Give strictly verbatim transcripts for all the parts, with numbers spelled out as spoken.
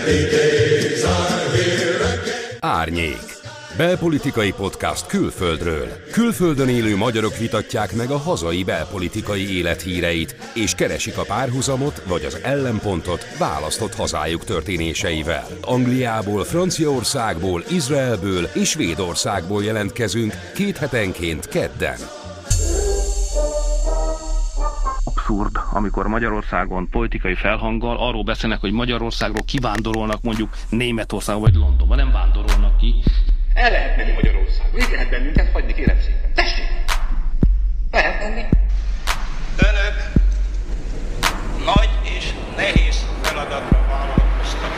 Árnyék. Belpolitikai podcast külföldről. Külföldön élő magyarok vitatják meg a hazai belpolitikai élethíreit, és keresik a párhuzamot vagy az ellenpontot választott hazájuk történéseivel. Angliából, Franciaországból, Izraelből és Svédországból jelentkezünk két hetenként kedden. Abszurd, amikor Magyarországon politikai felhanggal arról beszélnek, hogy Magyarországról kivándorolnak mondjuk Németországba vagy Londonba, nem vándorolnak ki. El lehet menni Magyarországon, így lehet bennünket hagyni, kérem szépen. Tessék! Lehet menni. Önök nagy és nehéz feladatra vállalkoztak.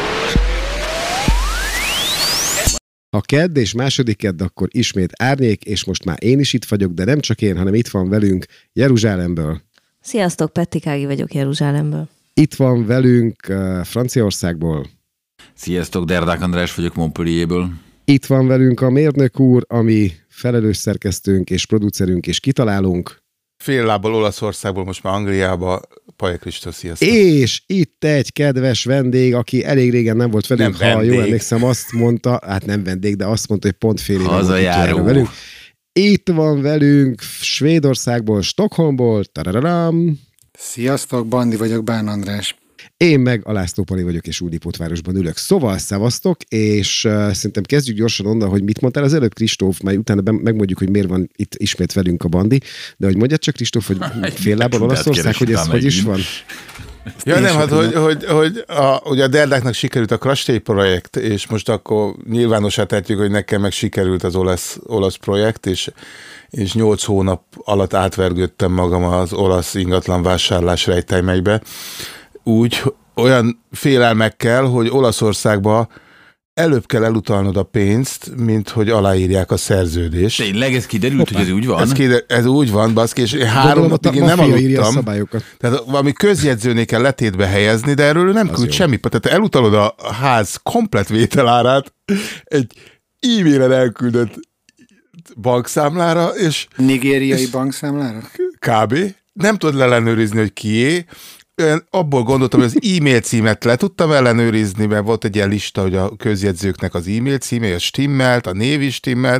Ha kedd és második kedd, akkor ismét Árnyék, és most már én is itt vagyok, de nem csak én, hanem itt van velünk Jeruzsálemből. Sziasztok, Pettikági vagyok Jeruzsálemből. Itt van velünk uh, Franciaországból. Sziasztok, Derdák András vagyok Montpellierből. Itt van velünk a mérnök úr, ami felelős szerkesztőnk és producerünk és kitalálunk. Fél lábbal Olaszországból, most már Angliába, Pajek Kristóf, sziasztok. És itt egy kedves vendég, aki elég régen nem volt velünk, nem ha vendég. jól emlékszem, azt mondta, hát nem vendég, de azt mondta, hogy pont fél éve Hazajáró. velünk. Itt van velünk Svédországból, Stockholmból, tararam. Sziasztok, Bandi vagyok, Bán András. Én meg a László Pali vagyok, és Újdipotvárosban ülök. Szóval szevasztok, és uh, szerintem kezdjük gyorsan onnan, hogy mit mondtál az előbb, Kristóf, majd utána be, megmondjuk, hogy miért van itt ismét velünk a Bandi, de hogy mondjad csak, Kristóf, hogy fél lábbal Olaszország, hogy ez hogy is van? Ja nem, hát hogy, hogy, hogy a, ugye a Derdáknak sikerült a Kastély projekt, és most akkor nyilvánossá tehetjük, hogy nekem meg sikerült az olasz, olasz projekt, és, és nyolc hónap alatt átvergődtem magam az olasz ingatlan vásárlás rejtelmeibe. Úgy, olyan félelmekkel, hogy Olaszországba előbb kell elutalnod a pénzt, mint hogy aláírják a szerződést. Tényleg ez kiderült, Hoppá. hogy ez úgy van? Ez, kider, ez úgy van, baszki, és három napig én nem aludtam. Tehát valami közjegyzőnél kell letétbe helyezni, de erről nem küld semmi. Tehát elutalod a ház komplet vételárát egy e-mailen elküldött bankszámlára, és... Nigériai és bankszámlára? Kb. Nem tudod ellenőrizni, hogy kié. Abból gondoltam, hogy az e-mail címet le tudtam ellenőrizni, mert volt egy ilyen lista, hogy a közjegyzőknek az e-mail címe, a stimmelt, a név is stimmelt.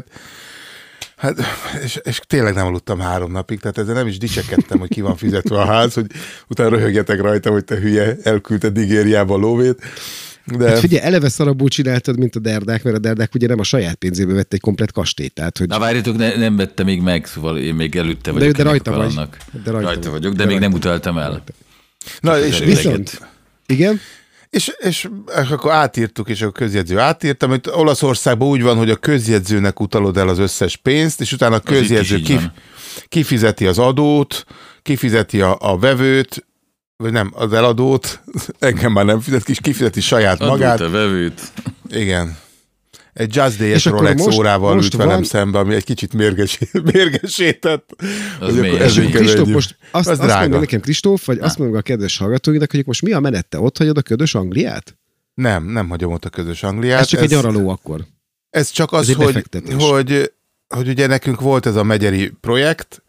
Hát, és, és tényleg nem aludtam három napig, tehát ezzel nem is dicsekedtem, hogy ki van fizetve a ház, hogy utána röhögjetek rajta, hogy te hülye, elküldted Nigériába a lóvét. De... Hát figyelj, eleve szarabul csináltad, mint a Derdák, mert a Derdák ugye nem a saját pénzéből vett egy komplet kastélyt. Tehát, hogy... Na várjátok, ne, nem vette még meg, szóval én még előtte vagyok. De, de rajta vagy. De rajta, rajta vagyok, de, de még rajta. Nem utaltam el. Na és viszont, igen? És, és, és akkor átírtuk, és a közjegyző átírtam, hogy Olaszországban úgy van, hogy a közjegyzőnek utalod el az összes pénzt, és utána a közjegyző kif, kifizeti az adót, kifizeti a, a vevőt, vagy nem, az eladót, engem már nem fizet, kis kifizeti saját adót, magát. a vevőt. Igen. Egy Just Day-es Rolex most, órával most ült velem van... szembe, ami egy kicsit mérgesített. Kristóf, most azt, azt mondja nekem, Kristóf, vagy Na. azt mondja a kedves hallgatóinak, hogy most mi a menete? Ott hagyod a ködös Angliát? Nem, nem hagyom ott a ködös Angliát. Ez csak ez, egy nyaraló akkor. Ez csak az, ez hogy, hogy, hogy ugye nekünk volt ez a megyeri projekt,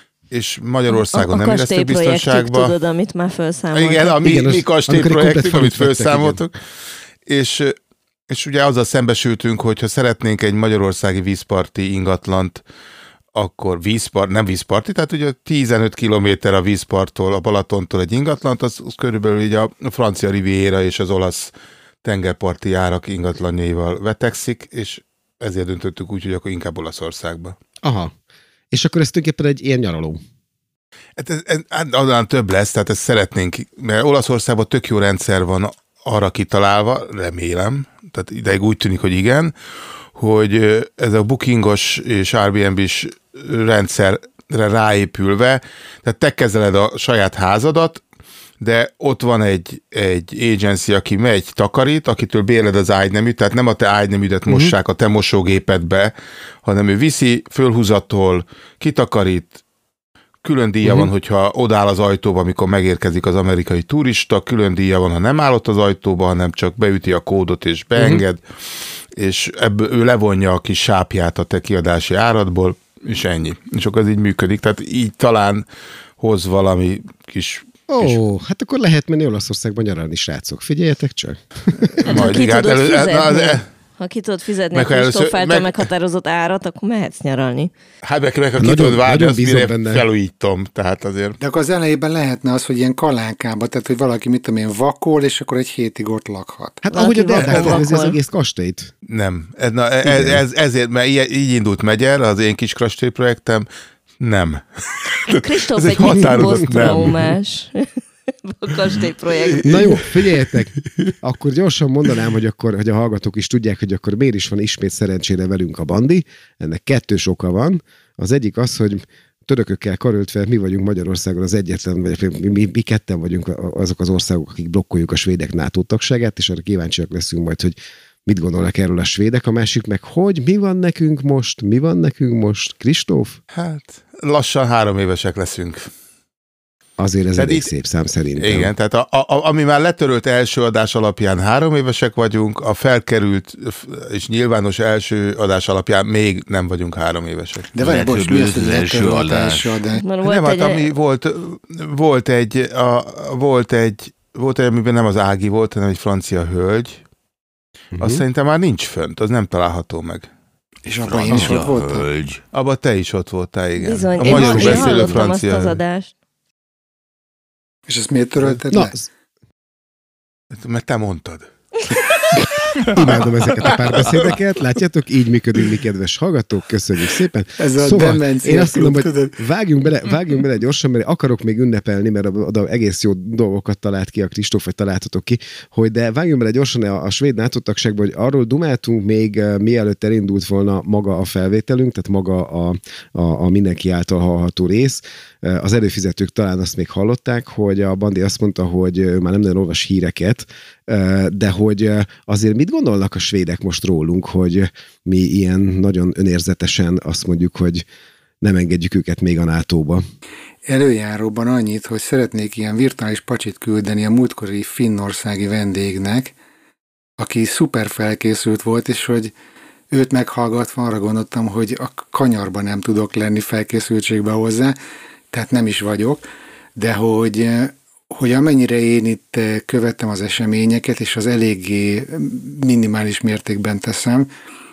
és Magyarországon a, a nem éreztük biztonságban. Tudod, amit már felszámoltak. Igen, a mi, Igen, mi kastélyprojektünk, amit felszámoltuk. És... És ugye azzal szembesültünk, hogy ha szeretnénk egy magyarországi vízparti ingatlant, akkor vízpart, nem vízparti, tehát ugye tizenöt kilométer a vízparttól, a Balatontól egy ingatlant, az, az körülbelül így a francia riviera és az olasz tengerparti árak ingatlanjaival vetekszik, és ezért döntöttük úgy, hogy akkor inkább Olaszországba. Aha. És akkor ez tulajdonképpen egy ilyen nyaraló. Hát ez, ez, ez több lesz, tehát ezt szeretnénk, mert Olaszországban tök jó rendszer van arra kitalálva, remélem, tehát ideig úgy tűnik, hogy igen, hogy ez a bookingos és Airbnb-s rendszerre ráépülve, tehát te kezeled a saját házadat, de ott van egy, egy agency, aki megy, takarít, akitől bérled az ágyneműt, tehát nem a te ágyneműdet mossák a te mosógépedbe, hanem ő viszi, fölhúzattól, kitakarít, külön díja uh-huh. van, hogyha odáll az ajtóba, amikor megérkezik az amerikai turista, külön díja van, ha nem állott az ajtóba, hanem csak beüti a kódot és beenged, uh-huh. és ebből ő levonja a kis sápját a te kiadási áradból, és ennyi. És akkor ez így működik. Tehát így talán hoz valami kis Ó, és... hát akkor lehet menni Olaszországban nyaralni, srácok. Figyeljetek csak. Hát, ha ki tudod elő... fizetni, ha ki tudod fizetni meg a Kristóf által meg... meghatározott árat, akkor mehetsz nyaralni. Hát meg, meg ha ki tudod várni, azt mire felújítom. Tehát azért. De akkor az elejében lehetne az, hogy ilyen kalánkába, tehát hogy valaki, mit tudom én, vakol, és akkor egy hétig ott lakhat. Hát valaki ahogy a Derdák tervezi az egész kastélyt. Nem. Ez, na, ez, ez, ezért, mert így indult Megyer, az én kis kastélyprojektem. Nem. Kristóf egy posztraumás a kastélyprojekt. Na jó, figyeljetek, akkor gyorsan mondanám, hogy akkor, hogy a hallgatók is tudják, hogy akkor miért is van ismét szerencsére velünk a Bandi. Ennek kettős oka van. Az egyik az, hogy törökökkel karöltve mi vagyunk Magyarországon az egyetlen, vagy mi, mi, mi ketten vagyunk azok az országok, akik blokkoljuk a svédek NATO tagságát, és arra kíváncsiak leszünk majd, hogy mit gondolnak erről a svédek, a másik meg, hogy mi van nekünk most, mi van nekünk most, Kristóf? Hát lassan három évesek leszünk. Azért ez tehát elég itt, szép szám szerintem. Igen, tehát a, a, ami már letörölt első adás alapján három évesek vagyunk, a felkerült és nyilvános első adás alapján még nem vagyunk három évesek. De várj, bocs, mi az az első adás? adás? Nem, hát ami volt, volt egy, a, volt egy, volt egy, amiben nem az Ági volt, hanem egy francia hölgy. Uh-huh. Azt szerintem már nincs fönt, az nem található meg. És abban én is ott voltam? Abban te is ott voltál, igen. Bizony, a én, magyarul én beszélő francia. Azt az adást. És ezt miért törölted le? Mert te mondtad. Imádom ezeket a párbeszédeket, látjátok, így működünk mi, kedves hallgatók, köszönjük szépen. Ez a szóval demencia. Én azt mondom, hogy vágjunk bele, vágjunk bele gyorsan, mert akarok még ünnepelni, mert oda egész jó dolgokat talált ki a Kristóf, vagy találtatok ki, hogy de vágjunk bele gyorsan a, a svéd NATO tagságba, hogy arról dumáltunk még mielőtt elindult volna maga a felvételünk, tehát maga a, a, a mindenki által hallható rész. Az előfizetők talán azt még hallották, hogy a Bandi azt mondta, hogy már nem nagyon olvas híreket, de hogy azért mit gondolnak a svédek most rólunk, hogy mi ilyen nagyon önérzetesen azt mondjuk, hogy nem engedjük őket még a nátóba. Előjáróban annyit, hogy szeretnék ilyen virtuális pacsit küldeni a múltkori finnországi vendégnek, aki szuper felkészült volt, és hogy őt meghallgatva arra gondoltam, hogy a kanyarban nem tudok lenni felkészültségbe hozzá, tehát nem is vagyok, de hogy, hogy amennyire én itt követtem az eseményeket, és az eléggé minimális mértékben teszem,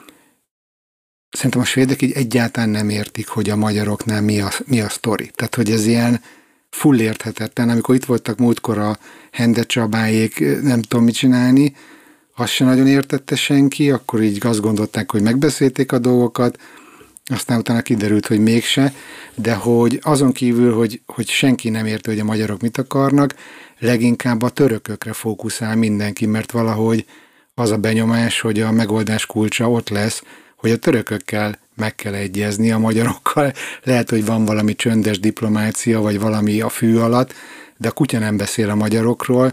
szerintem a svédek így egyáltalán nem értik, hogy a magyaroknál mi a, mi a sztori. Tehát, hogy ez ilyen full érthetetlen. Amikor itt voltak múltkor a Hende Csabáék, nem tudom mit csinálni, azt se nagyon értette senki, akkor így azt gondolták, hogy megbeszélték a dolgokat, aztán utána kiderült, hogy mégse, de hogy azon kívül, hogy, hogy senki nem érti, hogy a magyarok mit akarnak, leginkább a törökökre fókuszál mindenki, mert valahogy az a benyomás, hogy a megoldás kulcsa ott lesz, hogy a törökökkel meg kell egyezni, a magyarokkal lehet, hogy van valami csöndes diplomácia, vagy valami a fű alatt, de a kutya nem beszél a magyarokról.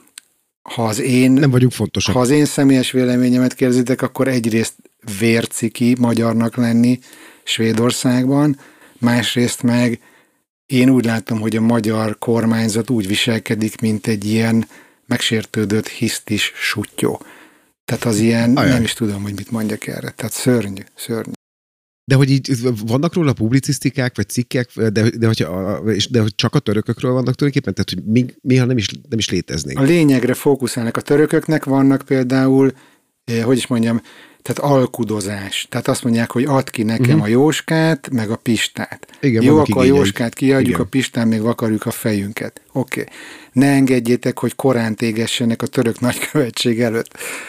Ha az én, nem vagyunk fontosak. Ha az én személyes véleményemet kérdezitek, akkor egyrészt vérciki magyarnak lenni Svédországban, másrészt meg én úgy látom, hogy a magyar kormányzat úgy viselkedik, mint egy ilyen megsértődött hisztis suttyó. Tehát az ilyen, Ajaj. nem is tudom, hogy mit mondjak erre. Tehát szörnyű, szörnyű. De hogy így vannak róla publicisztikák, vagy cikkek, de, de, hogy, de hogy csak a törökökről vannak tulajdonképpen, tehát hogy mi, mi ha nem is, nem is léteznénk. A lényegre fókuszálnak. A törököknek vannak például, hogy is mondjam, tehát alkudozás. Tehát azt mondják, hogy add ki nekem uh-huh. a Jóskát, meg a Pistát. Igen, jó, akkor a Jóskát kiadjuk, igen. A Pistán még vakarjuk a fejünket. Oké. Okay. Ne engedjétek, hogy korán tégessenek a török nagykövetség előtt.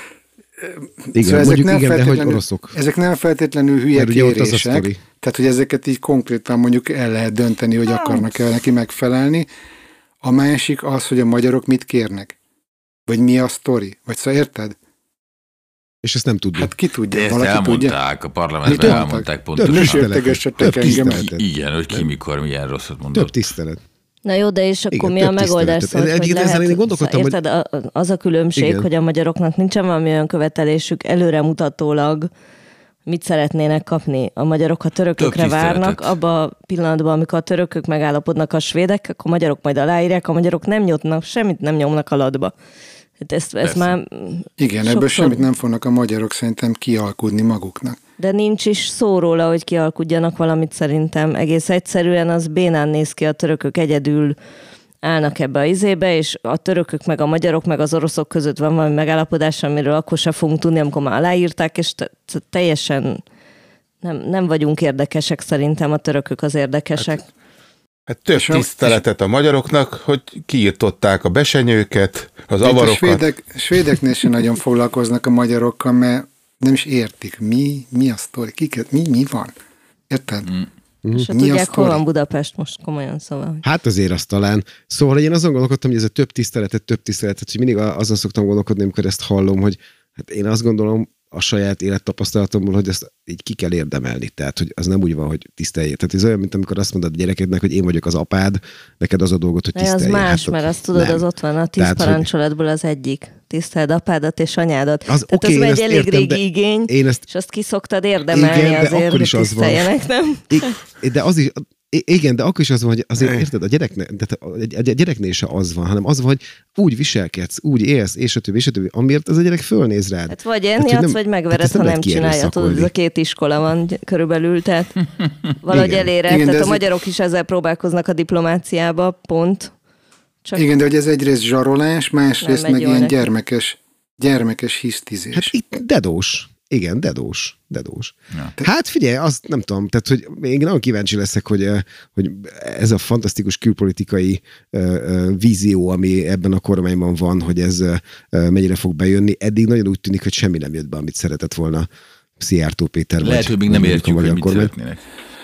Igen, szóval ezek nem, igen, de hogy oroszok. Ezek nem feltétlenül hülye kérések, tehát hogy ezeket így konkrétan mondjuk el lehet dönteni, hogy akarnak-e neki megfelelni. A másik az, hogy a magyarok mit kérnek. Vagy mi a sztori. Vagy szóval érted? És ezt nem tudjuk. Hát ki tudja, de valaki elmondták, tudja? A parlamentben elmondták pontosan. Több tisztelet. Igen, hogy ki mikor milyen rosszat mondott. Több tisztelet. Na jó, de és akkor igen, mi a megoldás szólt, hogy lehet, érted, hogy... az a különbség, igen. hogy a magyaroknak nincsen valami olyan követelésük előremutatólag, mit szeretnének kapni. A magyarok, ha törökökre várnak, abban a pillanatban, amikor a törökök megállapodnak a svédek, akkor a magyarok majd aláírják, a magyarok nem nyomnak, semmit nem nyomnak alatba. Hát ezt, ezt már igen, sokszor... ebből semmit nem fognak a magyarok szerintem kialkudni maguknak. De nincs is szó róla, hogy kialkudjanak valamit szerintem. Egész egyszerűen az bénán néz ki, a törökök egyedül állnak ebbe a izébe, és a törökök meg a magyarok meg az oroszok között van valami megállapodás, amiről akkor sem fogunk tudni, amikor már aláírták, és teljesen nem, nem vagyunk érdekesek szerintem, a törökök az érdekesek. Hát, hát több tiszteletet a magyaroknak, hogy kiirtották a besenyőket, az Itt avarokat. A svédek, svédeknél sem nagyon foglalkoznak a magyarokkal, mert nem is értik, mi, mi a sztori, kiket, mi, mi van. Érted? Mm. És mi tudják, hol van Budapest most komolyan, szóval. Hát azért azt talán. Szóval én azon gondolkodtam, hogy ez a több tiszteletet, több tiszteletet, hogy mindig azon szoktam gondolkodni, amikor ezt hallom, hogy hát én azt gondolom a saját élettapasztalatomból, hogy ezt így ki kell érdemelni. Tehát, hogy az nem úgy van, hogy tiszteljél. Tehát ez olyan, mint amikor azt mondod a gyerekednek, hogy én vagyok az apád, neked az a dolgot, hogy tiszteljél. Az más, hát, mert azt tudod, nem. Az ott van a tíz Tehát, parancsolatból az egyik. Tiszteld apádat és anyádat. Az, Tehát okay, az egy elég értem, régi igény, én ezt, és azt ki szoktad érdemelni igen, azért, hogy tiszteljenek, nem? I, de az is... Igen, de akkor is az van, hogy azért érted, a, gyerekne, de a gyereknél se az van, hanem az van, hogy úgy viselkedsz, úgy élsz, és a többi, és a többi, amiért az a gyerek fölnéz rád. Hát vagy enni adsz, vagy megvered, ha nem csinálja. Tudod, ez a két iskola van körülbelül, tehát valahogy elére. Igen, tehát a magyarok is ezzel próbálkoznak a diplomáciába, pont. Csak igen, de hogy ez egyrészt zsarolás, másrészt meg ilyen gyermekes, gyermekes hisztizés. Hát itt dedós. Igen, dedós. dedós. Ja. Hát figyelj, azt nem tudom, tehát hogy én nagyon kíváncsi leszek, hogy, hogy ez a fantasztikus külpolitikai uh, vízió, ami ebben a kormányban van, hogy ez uh, mennyire fog bejönni. Eddig nagyon úgy tűnik, hogy semmi nem jött be, amit szeretett volna Szijjártó Péter. Lehet, hogy még nem értjük, hogy mit szeretnének.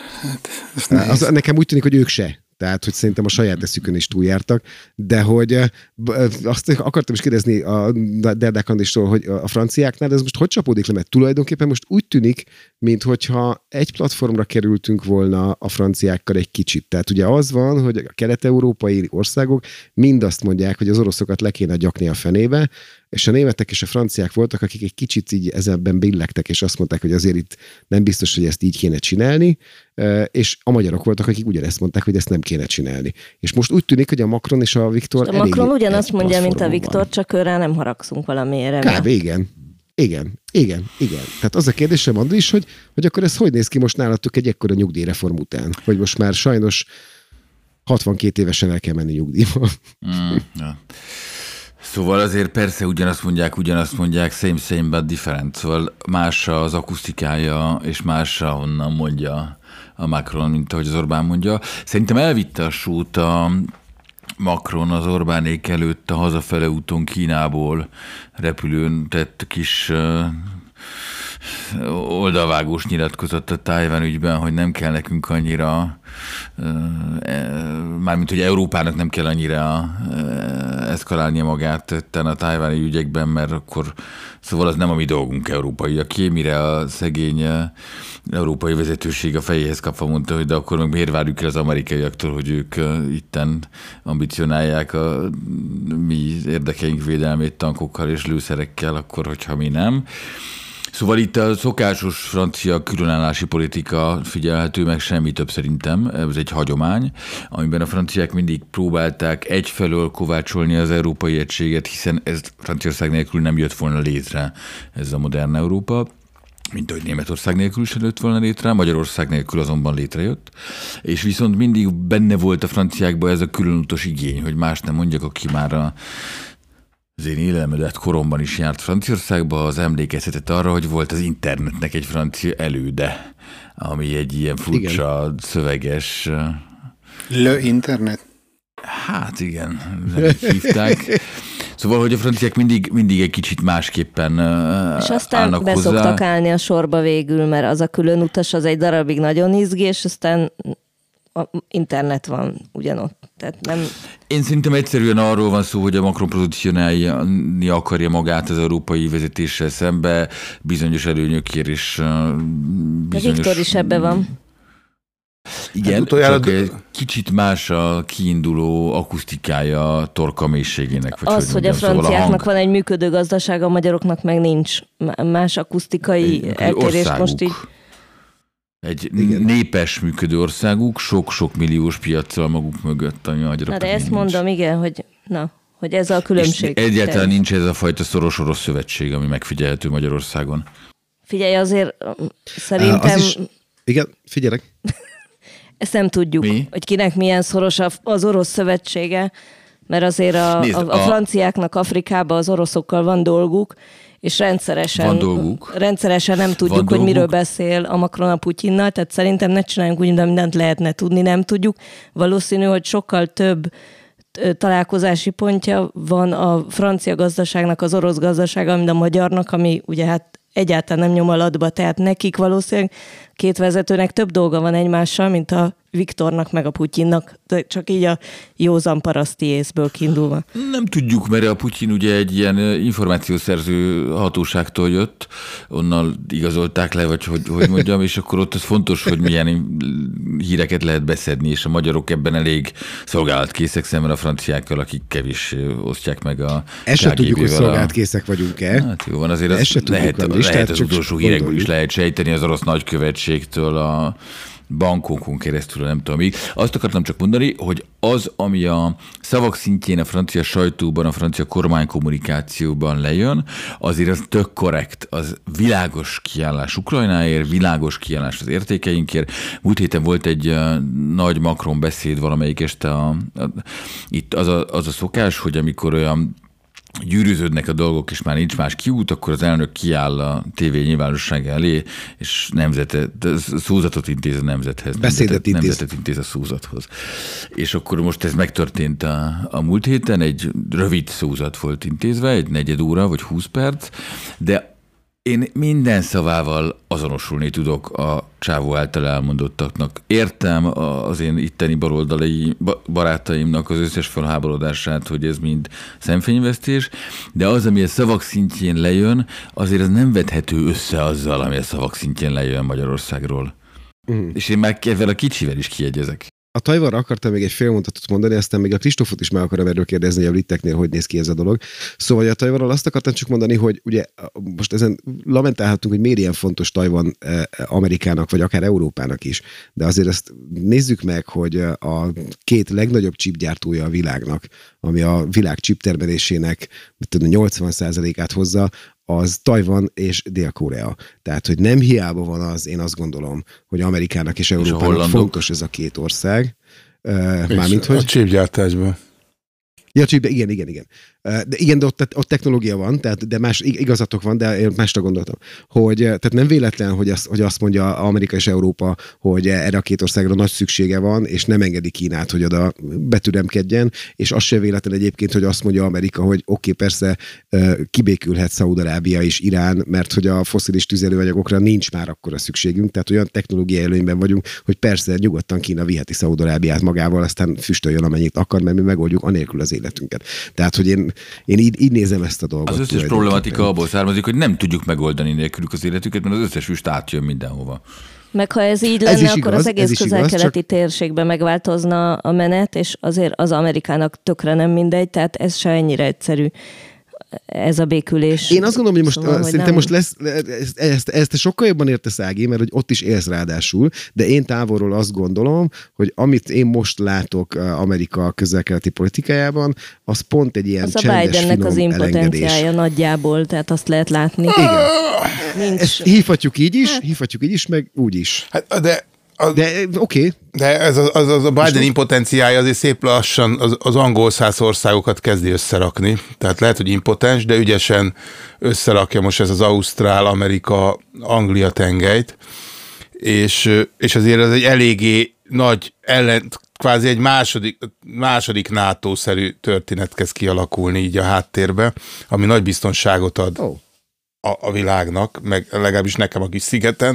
Hát, az, nekem úgy tűnik, hogy ők se. Tehát, hogy szerintem a saját eszükön is túljártak, de hogy azt akartam is kérdezni a Derdák Andistól, hogy a franciáknál ez most hogy csapódik le, mert tulajdonképpen most úgy tűnik, minthogyha egy platformra kerültünk volna a franciákkal egy kicsit. Tehát ugye az van, hogy a kelet-európai országok mind azt mondják, hogy az oroszokat le kéne gyakni a fenébe, és a németek és a franciák voltak, akik egy kicsit így ezenben billegtek, és azt mondták, hogy azért itt nem biztos, hogy ezt így kéne csinálni, és a magyarok voltak, akik ugyanezt mondták, hogy ezt nem kéne csinálni. És most úgy tűnik, hogy a Macron és a Viktor A Macron ugyanazt mondja, mint a Viktor, van. Csak őrá nem haragszunk valamiért. Kb. igen. Igen, igen, igen. Tehát az a kérdésem, Andri is, hogy, hogy akkor ez hogy néz ki most nálatok egy ekkora nyugdíjreform után? Hogy most már sajnos hatvankét évesen el kell menni nyugdíjba. Mm, ja. Szóval azért persze ugyanazt mondják, ugyanazt mondják, same, same, but different. Szóval más az akusztikája, és más honnan mondja a Macron, mint ahogy az Orbán mondja. Szerintem elvitte a sót a Macron az Orbánék előtt a hazafele úton Kínából repülőn tett kis oldalvágós nyilatkozott a Tájván ügyben, hogy nem kell nekünk annyira, mármint, hogy Európának nem kell annyira eszkalálnia magát tetten a tájváni ügyekben, mert akkor szóval az nem a mi dolgunk európaiaké, mire a szegény európai vezetőség a fejéhez kapva mondta, hogy de akkor meg miért várjuk el az amerikaiaktól, hogy ők itten ambicionálják a mi érdekeink védelmét tankokkal és lőszerekkel, akkor, hogyha mi nem. Szóval itt a szokásos francia különállási politika figyelhető meg, semmi több szerintem. Ez egy hagyomány, amiben a franciák mindig próbálták egyfelől kovácsolni az európai egységet, hiszen ez Franciaország nélkül nem jött volna létre, ez a modern Európa, mint ahogy Németország nélkül is jött volna létre, Magyarország nélkül azonban létrejött, és viszont mindig benne volt a franciákban ez a különutas igény, hogy más nem mondjak, aki már a az én élelmezett koromban is járt Franciaországba, az emlékeztetett arra, hogy volt az internetnek egy francia előde, ami egy ilyen furcsa, igen. szöveges... Le internet? Hát igen, nem így hívták. Szóval, hogy a franciák mindig, mindig egy kicsit másképpen és aztán beszoktak állni a sorba végül, mert az a külön utas, az egy darabig nagyon izgi, és aztán a internet van ugyanott. Tehát nem... Én szerintem egyszerűen arról van szó, hogy a Macron pozícionálni akarja magát az európai vezetéssel szembe, bizonyos előnyökért és bizonyos... A Viktor is ebbe van. Igen, hát csak egy kicsit más a kiinduló akusztikája torka mélységének. Vagy az, hogy, hogy a franciáknak szóval a hang... van egy működő gazdasága, a magyaroknak meg nincs. Más akusztikai egy, eltérés most így... Egy igen. népes működő országuk, sok-sok milliós piaccal maguk mögött, ami magyarok. Na de ezt nincs. Mondom, igen, hogy, na, hogy ez a különbség. És egyáltalán nincs ez a fajta szoros orosz szövetség, ami megfigyelhető Magyarországon. Figyelj, azért szerintem... Az is... Igen, figyelek. Ezt nem tudjuk, Mi? hogy kinek milyen szoros az orosz szövetsége, mert azért a, Nézd, a, a franciáknak Afrikában az oroszokkal van dolguk, és rendszeresen, rendszeresen nem tudjuk, van hogy dolguk. Miről beszél a Macron a Putyinnal, tehát szerintem ne csináljunk úgy, de mindent lehetne tudni, nem tudjuk. Valószínű, hogy sokkal több találkozási pontja van a francia gazdaságnak az orosz gazdasága, mint a magyarnak, ami ugye hát egyáltalán nem nyom alatba, tehát nekik valószínűleg két vezetőnek több dolga van egymással, mint a Viktornak meg a Putyinnak, csak így a józan paraszti észből kiindulva. Nem tudjuk, mert a Putyin ugye egy ilyen információszerző hatóságtól jött, onnan igazolták le, vagy hogy, hogy mondjam, és akkor ott az fontos, hogy milyen híreket lehet beszedni, és a magyarok ebben elég szolgálatkészek szemben a franciákkal, akik kevés osztják meg a Ezt se tudjuk, hogy szolgálatkészek vagyunk-e. Hát jó van, azért azt lehet, lehet, lehet az utolsó hírekből is lehet sejteni az orosz nagykövetségtől a bankokon keresztül, nem tudom még. Azt akartam csak mondani, hogy az, ami a szavak szintjén a francia sajtóban, a francia kormánykommunikációban lejön, azért az tök korrekt. Az világos kiállás Ukrajnáért, világos kiállás az értékeinkért. Múlt héten volt egy uh, nagy Macron beszéd valamelyik este. A, a, itt az a, az a szokás, hogy amikor olyan gyűrűződnek a dolgok, és már nincs más kiút, akkor az elnök kiáll a tévé nyilvánosság elé, és nemzete, szózatot intéz a nemzethez. Beszédet intéz. Nemzetet intéz a szózathoz. És akkor most ez megtörtént a, a múlt héten, egy rövid szózat volt intézve, egy negyed óra, vagy húsz perc, de én minden szavával azonosulni tudok a csávó által elmondottaknak. Értem az én itteni baloldali barátaimnak az összes felháborodását, hogy ez mind szemfényvesztés, de az, ami a szavak szintjén lejön, azért az nem vethető össze azzal, ami a szavak szintjén lejön Magyarországról. Uh-huh. És én már ezzel a kicsivel is kiegyezek. A Tajvanra akartam még egy fél mondatot mondani, aztán még a Kristófot is meg akarom erről kérdezni, hogy a briteknél hogy néz ki ez a dolog. Szóval a Tajvanról azt akartam csak mondani, hogy ugye most ezen lamentálhatunk, hogy miért ilyen fontos Tajvan Amerikának, vagy akár Európának is, de azért ezt nézzük meg, hogy a két legnagyobb csipgyártója a világnak, ami a világ csiptermelésének nyolcvan százalékát hozza, az Tajvan és Dél-Korea. Tehát, hogy nem hiába van az, én azt gondolom, hogy Amerikának és Európának és fontos ez a két ország. Mármint, hogy... A csípgyártásban. Ja, csípbe, igen, igen, igen. De igen, de ott, ott technológia van, tehát, de más igazatok van, de én másra gondoltam. Hogy, tehát nem véletlen, hogy azt, hogy azt mondja Amerika és Európa, hogy erre a két országra nagy szüksége van, és nem engedi Kínát, hogy oda betüremkedjen, és az se véletlen egyébként, hogy azt mondja Amerika, hogy oké, okay, persze kibékülhet Szaúd-Arábia és Irán, mert hogy a fosszilis tüzelőanyagokra nincs már akkora szükségünk, tehát olyan technológiai előnyben vagyunk, hogy persze nyugodtan Kína viheti Szaúd-Arábiát magával, aztán füstöljön amennyit akar, mert mi megoldjuk anélkül az életünket. Tehát, hogy én Én így, így nézem ezt a dolgot. Az összes problematika abból származik, hogy nem tudjuk megoldani nélkülük az életüket, mert az összes füst átjön mindenhova. Meg ha ez így lenne, ez akkor igaz, az egész közel-keleti csak... térségben megváltozna a menet, és azért az Amerikának tökre nem mindegy, tehát ez se ennyire egyszerű. Ez a békülés. Én azt gondolom, hogy most szóval, szerintem hogy most lesz, ezt, ezt, ezt sokkal jobban értesz, Ági, mert hogy ott is élsz ráadásul, de én távolról azt gondolom, hogy amit én most látok Amerika közel-keleti politikájában, az pont egy ilyen az csendes, finom elengedés. Az a Bidennek az impotenciája nagyjából, tehát azt lehet látni. Igen. Nincs. Ezt hívhatjuk így is, hívhatjuk így is, meg úgy is. Hát, de A, de oké. Okay. De ez az, az, az a Biden impotenciája azért szép lassan az, az angol száz országokat kezdi összerakni. Tehát lehet, hogy impotens, de ügyesen összerakja most ez az Ausztrál, Amerika, Anglia tengelyt. És, és azért ez egy eléggé nagy ellen, kvázi egy második, második NATO-szerű történet kezd kialakulni így a háttérbe, ami nagy biztonságot ad oh. a, a világnak, meg legalábbis nekem a kis szigeten.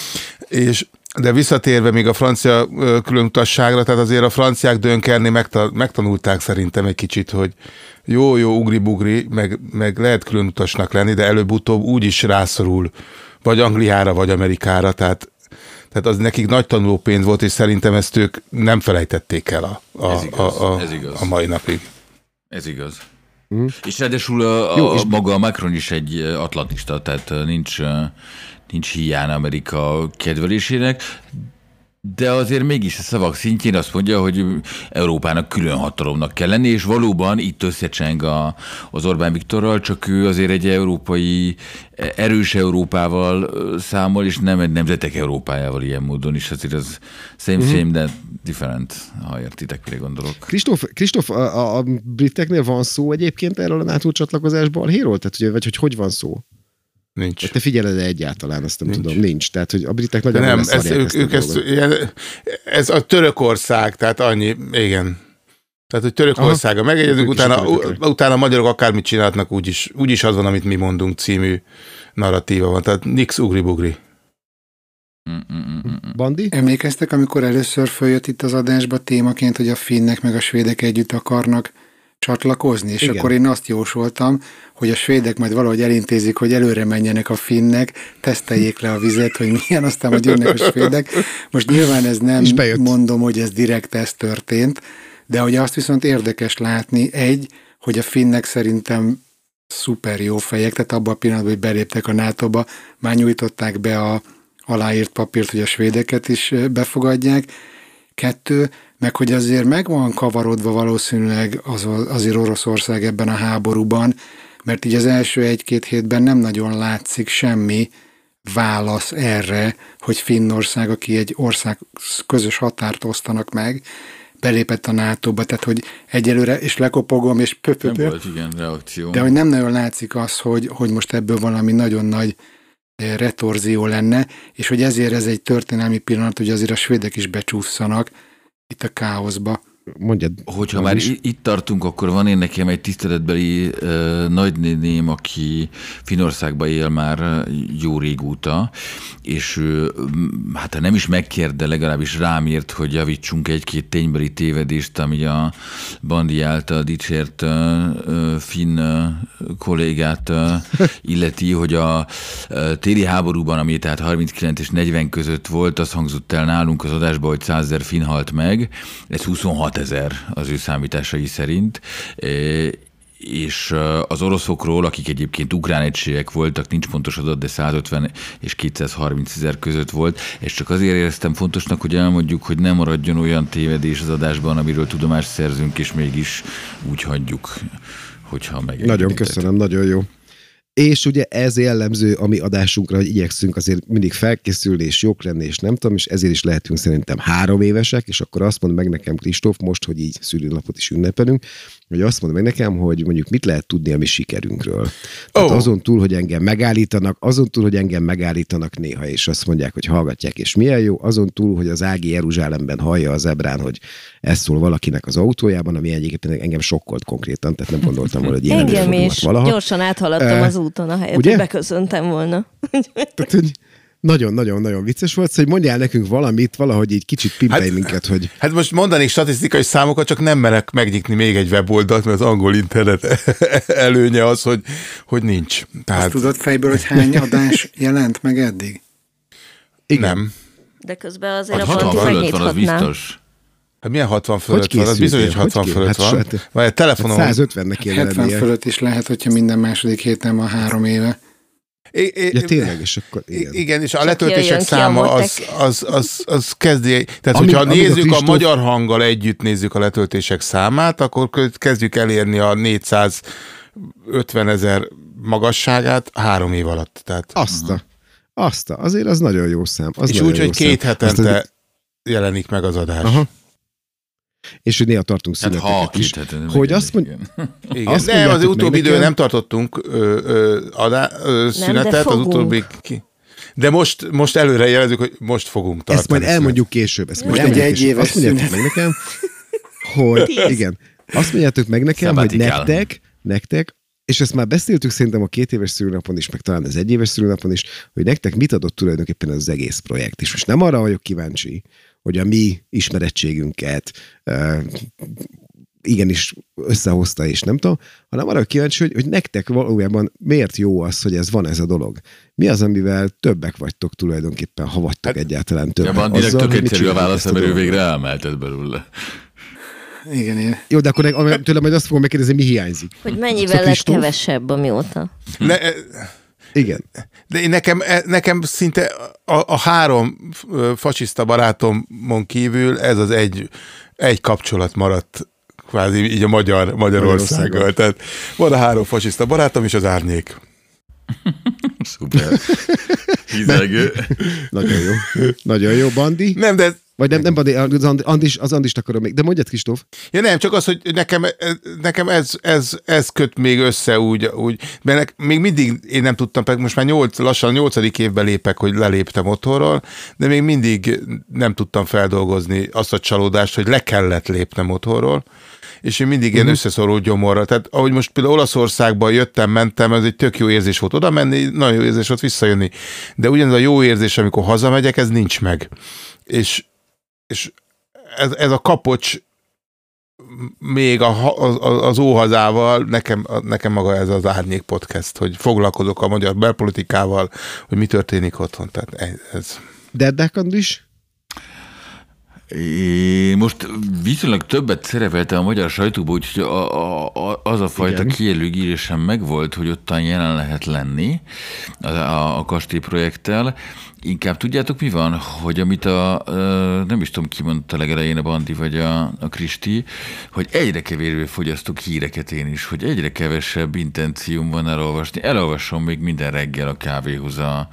És de visszatérve még a francia különutasságra, tehát azért a franciák dönkerni megtanulták szerintem egy kicsit, hogy jó-jó ugri-bugri, meg, meg lehet különutasnak lenni, de előbb-utóbb úgy is rászorul vagy Angliára, vagy Amerikára, tehát, tehát az nekik nagy tanulópénz volt, és szerintem ezt ők nem felejtették el a, a, ez igaz, a, a, ez igaz. a mai napig. Ez igaz. Mm. És ráadásul a, jó, a, és maga a Macron is egy atlantista, tehát nincs... nincs hiány Amerika kedvelésének, De azért mégis a szavak szintjén azt mondja, hogy Európának külön hatalomnak kell lenni, és valóban itt összecseng a, az Orbán Viktorral, csak ő azért egy európai, erős Európával számol, és nem egy nemzetek Európájával ilyen módon is. Azért az same, uh-huh. same, de different, ha értitek, mire gondolok. Kristóf, Kristóf a, a briteknél van szó egyébként erről a NATO csatlakozás balhéról? Tehát, hogy, vagy hogy hogy van szó? Nincs. Te figyeled egyáltalán, azt nem Nincs. tudom. Nincs. Tehát, hogy a britek nagyon nem, ez, ők, ők ezt, ez a Törökország, tehát annyi, igen. Tehát, hogy Törökországa megegyezünk, utána, utána a magyarok akármit csinálhatnak, úgyis, úgyis az van, amit mi mondunk című narratíva van. Tehát nix ugri-bugri. Bandi? Emlékeztek, amikor először följött itt az adásba témaként, hogy a finnek meg a svédek együtt akarnak csatlakozni, és igen. Akkor én azt jósoltam, hogy a svédek majd valahogy elintézik, hogy előre menjenek a finnek, teszteljék le a vizet, hogy milyen, aztán majd jönnek a svédek. Most nyilván ez nem mondom, hogy ez direkt ez történt, de hogy azt viszont érdekes látni, egy, hogy a finnek szerintem szuper jó fejek, tehát abban a pillanatban, hogy beléptek a nátóba, már nyújtották be a aláírt papírt, hogy a svédeket is befogadják. Kettő, meg hogy azért meg van kavarodva valószínűleg az, azért Oroszország ebben a háborúban, mert így az első egy-két hétben nem nagyon látszik semmi válasz erre, hogy Finnország, aki egy ország közös határt osztanak meg, belépett a nátóba, tehát hogy egyelőre, és lekopogom, és pöpöpö. Nem volt, igen, reakció. De hogy nem nagyon látszik az, hogy, hogy most ebből valami nagyon nagy retorzió lenne, és hogy ezért ez egy történelmi pillanat, hogy azért a svédek is becsúszanak itt a káoszba. Mondjad. Hogyha már is. Itt tartunk, akkor van én nekem egy tiszteletbeli uh, nagynéném, aki Finnországban él már jó régóta, és uh, hát ha nem is megkér, de legalábbis rám írt, hogy javítsunk egy-két ténybeli tévedést, ami a Bandi által dicsért uh, uh, finn uh, kollégát uh, illeti, hogy a uh, téli háborúban, ami tehát harminckilenc és negyven között volt, az hangzott el nálunk az adásban, hogy százezer finn halt meg, ez huszonhat ezer az ő számításai szerint, és az oroszokról, akik egyébként ukrán egységek voltak, nincs pontos adat, de százötven és kétszázharminc ezer között volt, és csak azért éreztem fontosnak, hogy elmondjuk, hogy nem maradjon olyan tévedés az adásban, amiről tudomást szerzünk, és mégis úgy hagyjuk, hogyha meg. Nagyon köszönöm, nagyon jó. És ugye ez jellemző a mi adásunkra, hogy igyekszünk azért mindig felkészülni, és jók lenni, és nem tudom, és ezért is lehetünk szerintem három évesek, és akkor azt mond meg nekem Kristóf, most, hogy így szülőnapot is ünnepelünk, hogy azt mond meg nekem, hogy mondjuk mit lehet tudni a mi sikerünkről. Tehát oh. azon túl, hogy engem megállítanak, azon túl, hogy engem megállítanak néha, és azt mondják, hogy hallgatják, és milyen jó, azon túl, hogy az Ági Jeruzsálemben hallja az ebrán, hogy ez szól valakinek az autójában, ami egyébként engem sokkolt konkrétan, tehát nem gondoltam volna, hogy ilyen engem is. Valaha. Gyorsan áthaladtam uh, az úton, ahelyett, hogy beköszöntem volna. Tehát, hogy nagyon-nagyon-nagyon vicces volt, szóval mondjál nekünk valamit, valahogy így kicsit pimpelj hát, minket, hogy... Hát most mondanék statisztikai számokat, csak nem merek megnyitni még egy weboldalt, mert az angol internet előnye az, hogy, hogy nincs. Tehát... Azt tudod fejből, hogy hány adás jelent meg eddig? Igen. Nem. De közben azért a Panti megnyithatná. Hát milyen hatvan fölött van? Az bizony, hogy hatvan hogy fölött van. Hát, vagy a telefonon... Hát százötvennek kéne lennie. hetven fölött is lehet, hogyha minden második héten van három éve. É, é, ja, tényleg, és akkor igen. Igen, és a letöltések száma az, az, az, az kezdi... Tehát, ami, hogyha nézzük a, Kristóf... a magyar hanggal együtt nézzük a letöltések számát, akkor kezdjük elérni a négyszázötven ezer magasságát három év alatt. Tehát... Azt a, azt a, azért az nagyon jó szám. Az és úgy, hogy két hetente az... jelenik meg az adás. Aha. És hogy néha tartunk szüneteket hát, is. Hogy azt mondja... Igen, azt de az utóbbi időn nem tartottunk ö, ö, adá, ö, szünetet, az utóbbi... Ki. De most, most előre jelezzük, hogy most fogunk tartani. Ezt majd elmondjuk később. Ezt most egy egy éves azt mondjátok meg nekem, hogy igen, azt mondjátok meg nekem, hogy nektek, nektek, és ezt már beszéltük szerintem a két éves szülőnapon is, meg talán az egy éves szülőnapon is, hogy nektek mit adott tulajdonképpen az egész projekt. És most nem arra vagyok kíváncsi, hogy a mi ismerettségünket uh, igenis összehozta, és nem tudom, hanem arra kíváncsi, hogy, hogy nektek valójában miért jó az, hogy ez van ez a dolog. Mi az, amivel többek vagytok tulajdonképpen, ha vagytok hát, egyáltalán többek. Ja, Bandinek tök egyszerű a válasz, mert ő végre elmelted belőle. Igen, igen. Jó, de akkor tőlem majd azt fogom megkérdezni, mi hiányzik. Hogy mennyivel szóval lett kevesebb amióta. Ne, Igen. De én nekem, nekem szinte a, a három fasiszta barátomon kívül ez az egy, egy kapcsolat maradt kvázi így a magyar, Magyarországgal. Tehát van a három fasiszta barátom és az Árnyék. Szuper. Hízelgő. Nagyon jó. Nagyon jó, Bandi. Nem, de... Vagy nem, nem Bandi, az, Andis, az Andist akarom még. De mondjad, Kristóf. Ja nem, csak az, hogy nekem, nekem ez, ez, ez köt még össze úgy, úgy mert még mindig én nem tudtam, most már nyolc, lassan nyolcadik évben lépek, hogy leléptem otthonról, de még mindig nem tudtam feldolgozni azt a csalódást, hogy le kellett lépnem otthonról, és én mindig ilyen uh-huh. összeszorult gyomorra. Tehát ahogy most például Olaszországban jöttem, mentem, ez egy tök jó érzés volt oda menni, nagyon jó érzés volt visszajönni. De ugyanaz a jó érzés, amikor hazamegyek, ez nincs meg. És, és ez, ez a kapocs még a, a, az óhazával, nekem, nekem maga ez az Árnyék podcast, hogy foglalkozok a magyar belpolitikával, hogy mi történik otthon. Tehát ez. Dedek Andis? Én most viszonylag többet szerepeltem a magyar sajtóban, úgyhogy a, a, az a fajta kielőgírésem megvolt, hogy ottan jelen lehet lenni a, a, a kastélyprojekttel. Inkább tudjátok mi van, hogy amit a, nem is tudom ki mondta legelején a Bandi vagy a, a Kristi, hogy egyre kevésbé fogyasztok híreket én is, hogy egyre kevesebb intencióm van elolvasni. Elolvasom még minden reggel a kávéhoz a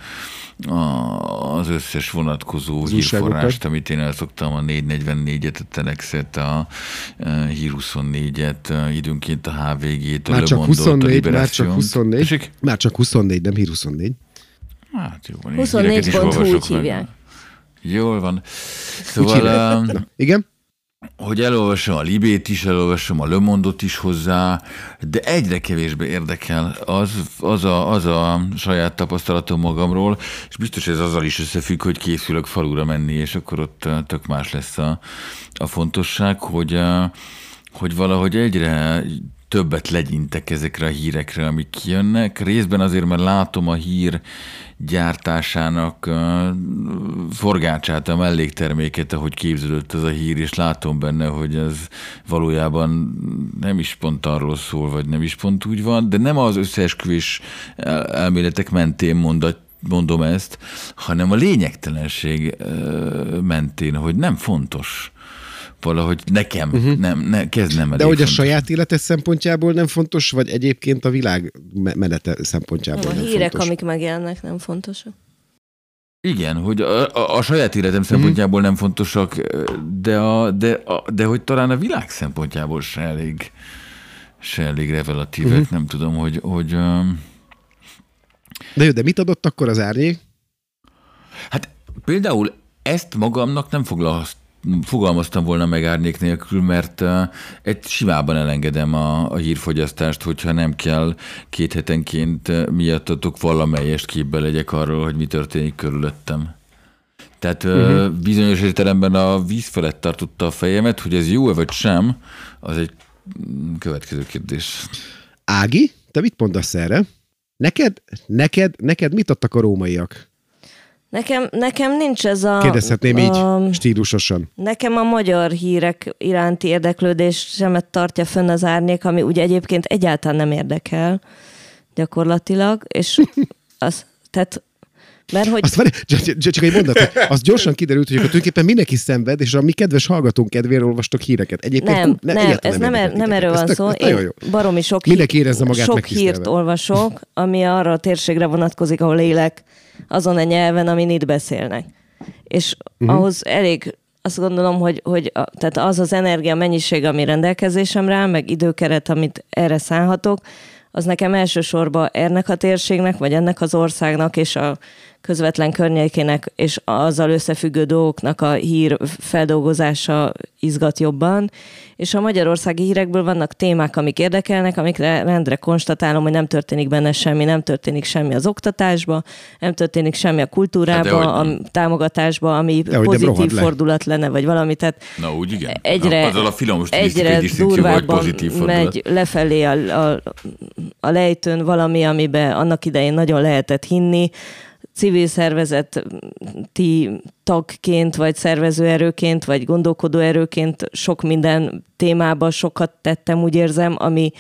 az összes vonatkozó az hírforrást, amit én elszoktam, a négy negyvennégyet, a Telexet, a Hír huszonnégyet, időnként a há vé gét, a már Le csak Mondot, huszonnégy, a Liberációt. Már csak huszonnégy, Esik? már csak huszonnégy, nem Hír huszonnégy. Hát jó van. huszonnégy pont hu úgy hívják. Jól van. Szóval... um, Igen? hogy elolvasom a Libét is, elolvasom a Le Mondot is hozzá, de egyre kevésbé érdekel az, az, a, az a saját tapasztalatom magamról, és biztos ez azzal is összefügg, hogy készülök falura menni, és akkor ott tök más lesz a, a fontosság, hogy, hogy valahogy egyre többet legyintek ezekre a hírekre, amik kijönnek. Részben azért, mert látom a hír gyártásának forgácsát, a mellékterméket, ahogy képződött ez a hír, és látom benne, hogy ez valójában nem is pont arról szól, vagy nem is pont úgy van, de nem az összeesküvés elméletek mentén mondat, mondom ezt, hanem a lényegtelenség mentén, hogy nem fontos. Valahogy nekem uh-huh. nem, ne, kezd nem elég De hogy fontos. a saját életes szempontjából nem fontos, vagy egyébként a világ menete szempontjából nem, nem a hírek, fontos? amik megjelennek, nem fontosak. Igen, hogy a, a, a saját életem szempontjából nem fontosak, de, a, de, a, de hogy talán a világ szempontjából se elég, se elég revelatívek, uh-huh. nem tudom, hogy... hogy de jó, de mit adott akkor az Árnyék? Hát például ezt magamnak nem foglalkoztam, fogalmaztam volna meg Árnyék nélkül, mert uh, egy simában elengedem a, a hírfogyasztást, hogyha nem kell két hetenként uh, miattatok valamelyest képbe legyek arról, hogy mi történik körülöttem. Tehát uh, uh-huh. bizonyos értelemben a víz felett tartotta a fejemet, hogy ez jó-e vagy sem, az egy következő kérdés. Ági, te mit mondasz erre? Neked, neked, neked mit adtak a rómaiak? Nekem, nekem nincs ez a... Kérdezhetném a, így, stílusosan. Nekem a magyar hírek iránti érdeklődésemet tartja fönn az Árnyék, ami ugye egyébként egyáltalán nem érdekel gyakorlatilag, és az, tehát, mert hogy... Azt várj, csak, csak egy mondat, az gyorsan kiderült, hogy tulajdonképpen mindenki szenved, és a mi kedves hallgatónk kedvére olvastok híreket. Egyébként nem, ne, nem, ez nem, er, nem erről van szó. Én baromi sok, hír, sok hírt olvasok, ami arra a térségre vonatkozik, ahol élek, azon a nyelven, amin itt beszélnek. És uh-huh. ahhoz elég, azt gondolom, hogy, hogy a, tehát az az energia mennyiség, ami rendelkezésemre áll, meg időkeret, amit erre szánhatok, az nekem elsősorban ennek a térségnek, vagy ennek az országnak és a közvetlen környékének és azzal összefüggő dolgoknak a hír feldolgozása izgat jobban, és a magyarországi hírekből vannak témák, amik érdekelnek, amikre rendre konstatálom, hogy nem történik benne semmi, nem történik semmi az oktatásba, nem történik semmi a kultúrába, hát a támogatásba, ami de pozitív fordulat le. lenne, vagy valami, tehát na, úgy igen. egyre, Na, a egyre durvábban megy lefelé a, a, a lejtőn valami, amiben annak idején nagyon lehetett hinni, civil szervezeti tagként, vagy szervezőerőként, vagy gondolkodóerőként sok minden témában sokat tettem, úgy érzem, ami,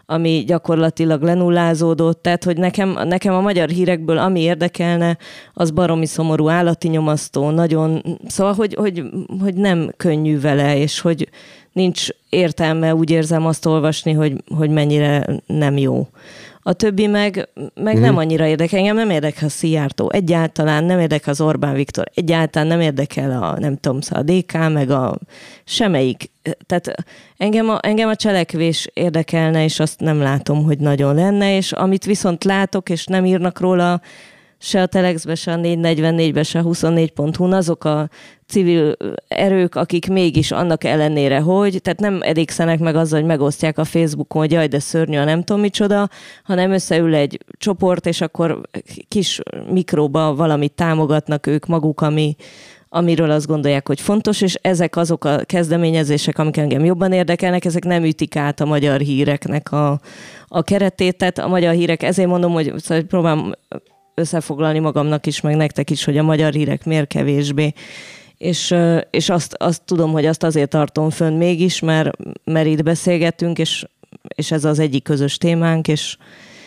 ami gyakorlatilag lenullázódott, tehát hogy nekem, nekem a magyar hírekből ami érdekelne, az baromi szomorú, állati nyomasztó, nagyon, szóval, hogy, hogy, hogy nem könnyű vele, és hogy nincs értelme, úgy érzem azt olvasni, hogy, hogy mennyire nem jó. A többi meg, meg mm. nem annyira érdekel. Engem nem érdekel a Szijjártó egyáltalán, nem érdekel az Orbán Viktor egyáltalán, nem érdekel a, nem tudom, a dé ká, meg a semmelyik. Tehát engem a, engem a cselekvés érdekelne, és azt nem látom, hogy nagyon lenne, és amit viszont látok, és nem írnak róla, se a Telexbe, se a négy negyvennégybe, se a huszonnégy pont hu-n azok a civil erők, akik mégis annak ellenére, hogy, tehát nem elégszenek meg azzal, hogy megosztják a Facebookon, hogy jaj, de szörnyű a nem tudom micsoda, hanem összeül egy csoport, és akkor kis mikróba valamit támogatnak ők maguk, ami, amiről azt gondolják, hogy fontos, és ezek azok a kezdeményezések, amik engem jobban érdekelnek, ezek nem ütik át a magyar híreknek a, a keretét, tehát a magyar hírek, ezért mondom, hogy szóval próbálom összefoglalni magamnak is, meg nektek is, hogy a magyar hírek miért kevésbé. És, és azt, azt tudom, hogy azt azért tartom fönn mégis, mert, mert itt beszélgetünk, és, és ez az egyik közös témánk, és,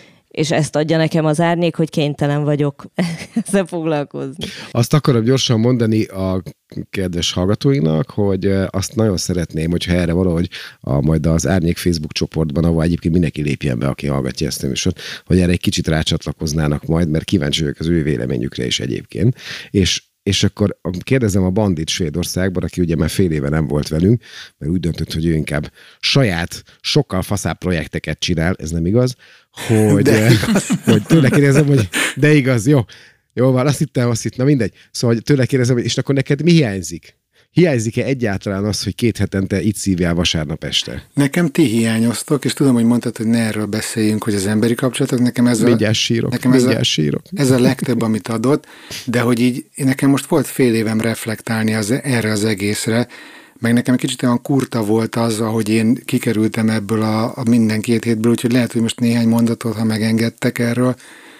és ezt adja nekem az árnyék, hogy kénytelen vagyok ezzel foglalkozni. Azt akarom gyorsan mondani a kedves hallgatóinak, hogy azt nagyon szeretném, hogyha erre valahogy a, majd az Árnyék Facebook csoportban, ahol egyébként mindenki lépjen be, aki hallgatja ezt a műsort, hogy erre egy kicsit rácsatlakoznának majd, mert kíváncsi vagyok az ő véleményükre is egyébként. És És akkor kérdezem a Bandit Svédországban, aki ugye már fél éve nem volt velünk, mert úgy döntött, hogy ő inkább saját, sokkal faszább projekteket csinál, ez nem igaz, hogy, igaz. hogy tőle kérdezem, hogy de igaz, jó, jó van, azt hittem, azt hittem, na mindegy. Szóval tőle kérdezem, és akkor neked mi hiányzik? Hiányzik-e egyáltalán az, hogy két hetente itt szívjál vasárnap este? Nekem ti hiányoztok, és tudom, hogy mondtad, hogy ne erről beszéljünk, hogy az emberi kapcsolatok, nekem ez a... Mindjárt sírok, nekem mindjárt ez a, sírok. Ez a legtöbb, amit adott, de hogy így nekem most volt fél évem reflektálni az, erre az egészre, meg nekem egy kicsit olyan kurta volt az, ahogy én kikerültem ebből a, a minden két hétből, úgyhogy lehet, hogy most néhány mondatot, ha megengedtek erről,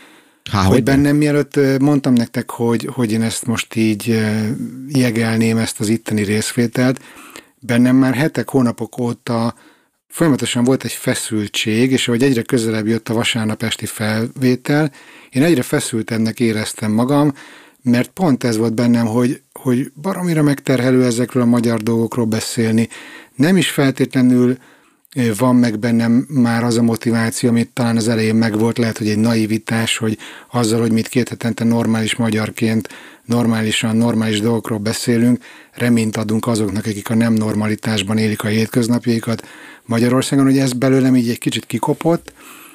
Há, hogy bennem mielőtt mondtam nektek, hogy, hogy én ezt most így jegelném, ezt az itteni részvételt, bennem már hetek, hónapok óta folyamatosan volt egy feszültség, és ahogy egyre közelebb jött a vasárnap esti felvétel, én egyre feszültebbnek éreztem magam, mert pont ez volt bennem, hogy, hogy baromira megterhelő ezekről a magyar dolgokról beszélni. Nem is feltétlenül van meg bennem már az a motiváció, amit talán az elején megvolt, lehet, hogy egy naivitás, hogy azzal, hogy mit két hetente normális magyarként, normálisan, normális dolgokról beszélünk, reményt adunk azoknak, akik a nem normalitásban élik a hétköznapjaikat Magyarországon, hogy ez belőlem így egy kicsit kikopott,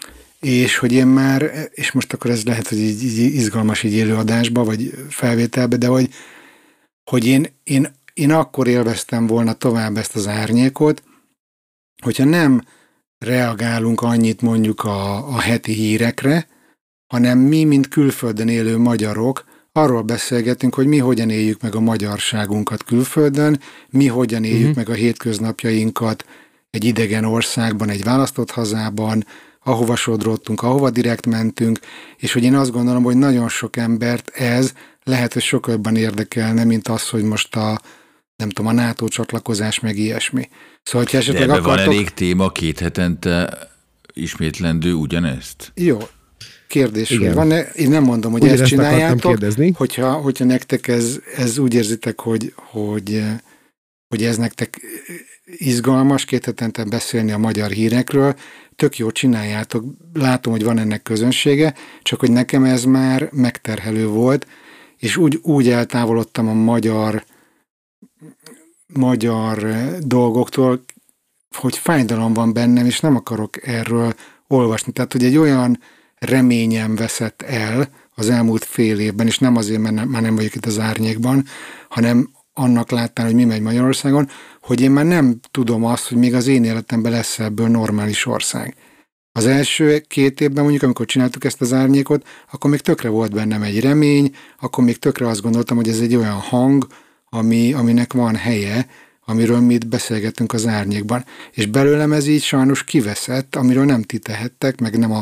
és hogy én már, és most akkor ez lehet, hogy így, így izgalmas így élőadásba, vagy felvételbe, de hogy, hogy én, én, én akkor élveztem volna tovább ezt az árnyékot, hogyha nem reagálunk annyit mondjuk a, a heti hírekre, hanem mi, mint külföldön élő magyarok, arról beszélgetünk, hogy mi hogyan éljük meg a magyarságunkat külföldön, mi hogyan éljük uh-huh. meg a hétköznapjainkat egy idegen országban, egy választott hazában, ahova sodródtunk, ahova direkt mentünk, és hogy én azt gondolom, hogy nagyon sok embert ez lehet, hogy sokkal jobban érdekelne, mint az, hogy most a nem tudom, a NATO csatlakozás, meg ilyesmi. Szóval, hogyha esetleg de ebben akartok... van elég téma két hetente ismétlendő ugyanezt? Jó. Kérdés, igen. Hogy van-e? Én nem mondom, hogy ugyanezt ezt csináljátok, hogyha, hogyha nektek ez, ez úgy érzitek, hogy, hogy, hogy ez nektek izgalmas két hetente beszélni a magyar hírekről, tök jó csináljátok, látom, hogy van ennek közönsége, csak hogy nekem ez már megterhelő volt, és úgy, úgy eltávolodtam a magyar magyar dolgoktól, hogy fájdalom van bennem, és nem akarok erről olvasni. Tehát, hogy egy olyan reményem veszett el az elmúlt fél évben, és nem azért, mert nem, már nem vagyok itt az árnyékban, hanem annak láttán, hogy mi megy Magyarországon, hogy én már nem tudom azt, hogy még az én életemben lesz ebből normális ország. Az első két évben mondjuk, amikor csináltuk ezt az árnyékot, akkor még tökre volt bennem egy remény, akkor még tökre azt gondoltam, hogy ez egy olyan hang, Ami, aminek van helye, amiről mi itt beszélgetünk az árnyékban. És belőlem ez így sajnos kiveszett, amiről nem ti tehettek, meg nem a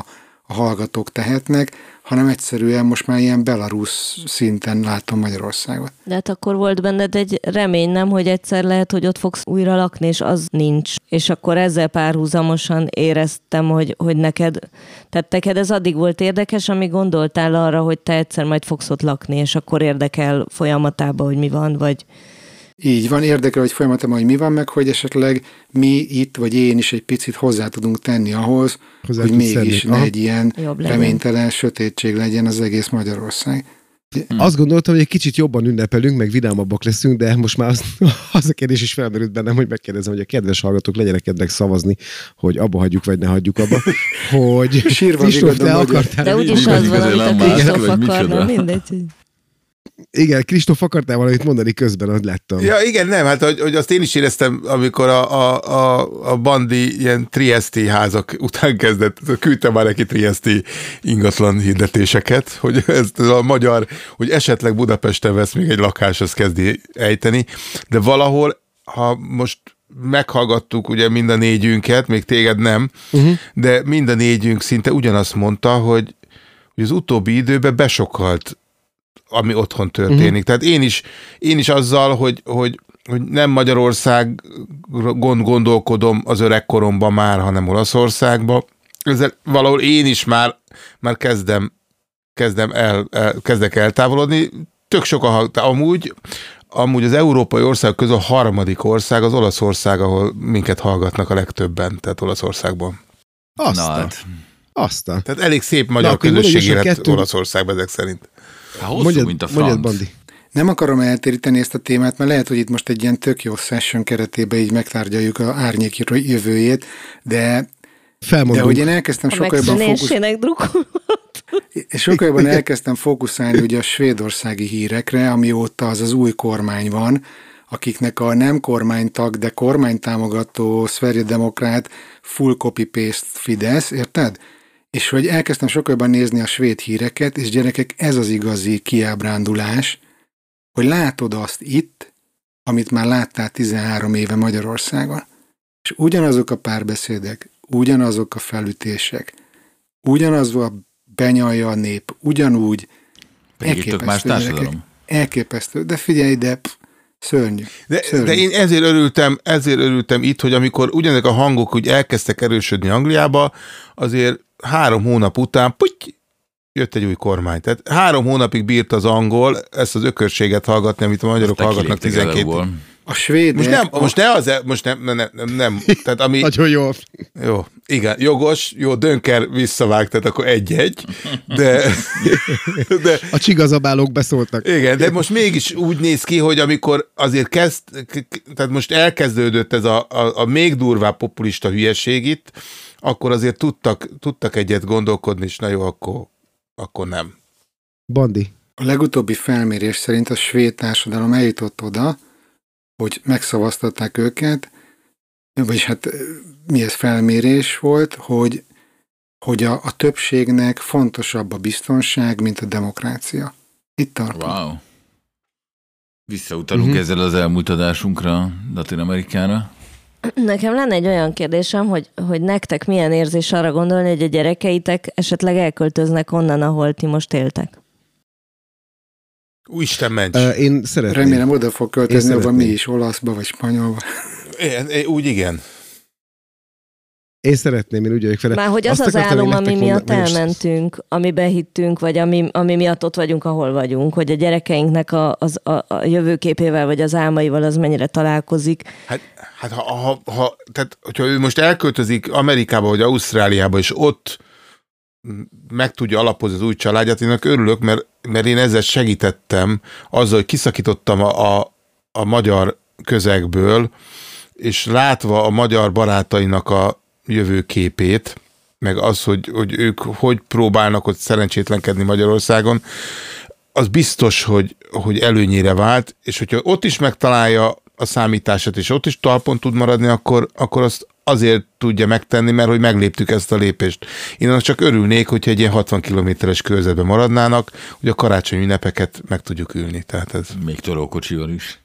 a hallgatók tehetnek, hanem egyszerűen most már ilyen Belarus szinten látom Magyarországot. De hát akkor volt benned egy remény, nem, hogy egyszer lehet, hogy ott fogsz újra lakni, és az nincs. És akkor ezzel párhuzamosan éreztem, hogy, hogy neked, tehát neked ez addig volt érdekes, amíg gondoltál arra, hogy te egyszer majd fogsz ott lakni, és akkor érdekel folyamatában, hogy mi van, vagy... Így van, érdekel, hogy folyamatában, hogy mi van, meg hogy esetleg mi itt, vagy én is egy picit hozzá tudunk tenni ahhoz, hozzá hogy mégis ne egy ilyen reménytelen sötétség legyen az egész Magyarország. Hmm. Azt gondoltam, hogy egy kicsit jobban ünnepelünk, meg vidámabbak leszünk, de most már az, az a kérdés is felmerült bennem, hogy megkérdezem, hogy a kedves hallgatók legyenek kedvek szavazni, hogy abba hagyjuk, vagy ne hagyjuk abba, hogy Kristóf, te akartál. De úgyis az van, amit a Kristóf akarna, mindegy. Igen, Kristóf, akartál valamit mondani közben, ahogy láttam. Ja, igen, nem, hát hogy, hogy azt én is éreztem, amikor a, a, a, a Bandi ilyen trieszti házak után kezdett, küldtem már neki trieszti ingatlan hirdetéseket, hogy ez a magyar, hogy esetleg Budapesten vesz még egy lakás, azt kezdi ejteni, de valahol, ha most meghallgattuk ugye mind a négyünket, még téged nem, uh-huh. de mind a négyünk szinte ugyanazt mondta, hogy, hogy az utóbbi időben besokkalt, ami otthon történik. Uh-huh. Tehát én is, én is azzal, hogy, hogy, hogy nem Magyarországon gondolkodom az öregkoromban már, hanem Olaszországban. Ezzel valahol én is már, már kezdem, kezdem el, el, kezdek eltávolodni. Tök sok a, amúgy, amúgy az európai országok közül a harmadik ország az Olaszország, ahol minket hallgatnak a legtöbben, tehát Olaszországban. Aztán. Aztán. Tehát elég szép magyar közösség élet kettő... Olaszországban ezek szerint. Hát hosszú, mondjad, mint a franc. Nem akarom eltéríteni ezt a témát, mert lehet, hogy itt most egy ilyen tök jó session keretében így megtárgyaljuk a árnyék jövőjét, de, de hogy én elkezdtem sokkal jobban fókuszálni. Sokkal jobban elkezdtem fókuszálni ugye a svédországi hírekre, amióta az az új kormány van, akiknek a nem kormánytag, de kormánytámogató szverjedemokrat full copy-paste Fidesz, érted? És hogy elkezdtem sokkal jobban nézni a svéd híreket, és gyerekek, ez az igazi kiábrándulás, hogy látod azt itt, amit már láttál tizenhárom éve Magyarországon. És ugyanazok a párbeszédek, ugyanazok a felütések, ugyanaz a benyalja a nép, ugyanúgy elképesztő, más társadalom. Elképesztő, de figyelj, de pff, szörnyű. De, szörnyű. de én ezért örültem, ezért örültem itt, hogy amikor ugyanezek a hangok úgy elkezdtek erősödni Angliába, azért három hónap után puty, jött egy új kormány. Tehát három hónapig bírt az angol ezt az ökörséget hallgatni, amit a magyarok aztán hallgatnak tizenkét. A svédek... Most nem, most ne az, most nem, nem, nem, nem. Tehát ami... Nagyon jó. Jó, igen, jogos, jó, Dönker visszavág, tehát akkor egy-egy, de... de a csigazabálók beszóltak. Igen, de most mégis úgy néz ki, hogy amikor azért kezd, tehát most elkezdődött ez a, a, a még durvább populista hülyeség itt, akkor azért tudtak, tudtak egyet gondolkodni, és na jó, akkor, akkor nem. Bandi. A legutóbbi felmérés szerint a svéd társadalom eljutott oda, hogy megszavaztatták őket, vagyis hát mi ez felmérés volt, hogy, hogy a, a többségnek fontosabb a biztonság, mint a demokrácia. Itt tartunk. Wow. Visszautalunk uh-huh. ezzel az elmúlt adásunkra, Latin Amerikára. Nekem lenne egy olyan kérdésem, hogy, hogy nektek milyen érzés arra gondolni, hogy a gyerekeitek esetleg elköltöznek onnan, ahol ti most éltek? Úristen, ments. Uh, én szeretném. Remélem oda fog költözni, abban mi is, olaszba vagy spanyolba. Én, én, úgy igen. Én szeretném, én úgy vagyok vele. Már hogy az az álom, ami miatt elmentünk, amiben hittünk, vagy ami, ami miatt ott vagyunk, ahol vagyunk, hogy a gyerekeinknek a, az, a, a jövőképével, vagy az álmaival az mennyire találkozik. Hát, hát ha, ha, ha, tehát, hogyha ő most elköltözik Amerikába, vagy Ausztráliába, és ott meg tudja alapozni az új családját, én örülök, mert, mert én ezzel segítettem, azzal, hogy kiszakítottam a, a, a magyar közegből, és látva a magyar barátainak a jövőképét, meg az, hogy, hogy ők hogy próbálnak ott szerencsétlenkedni Magyarországon, az biztos, hogy, hogy előnyére vált, és hogyha ott is megtalálja a számítását, és ott is talpon tud maradni, akkor, akkor azt azért tudja megtenni, mert hogy megléptük ezt a lépést. Én annak csak örülnék, hogyha egy ilyen hatvan kilométeres körzetben maradnának, hogy a karácsonyi ünnepeket meg tudjuk ülni. Tehát ez... Még tolókocsival is.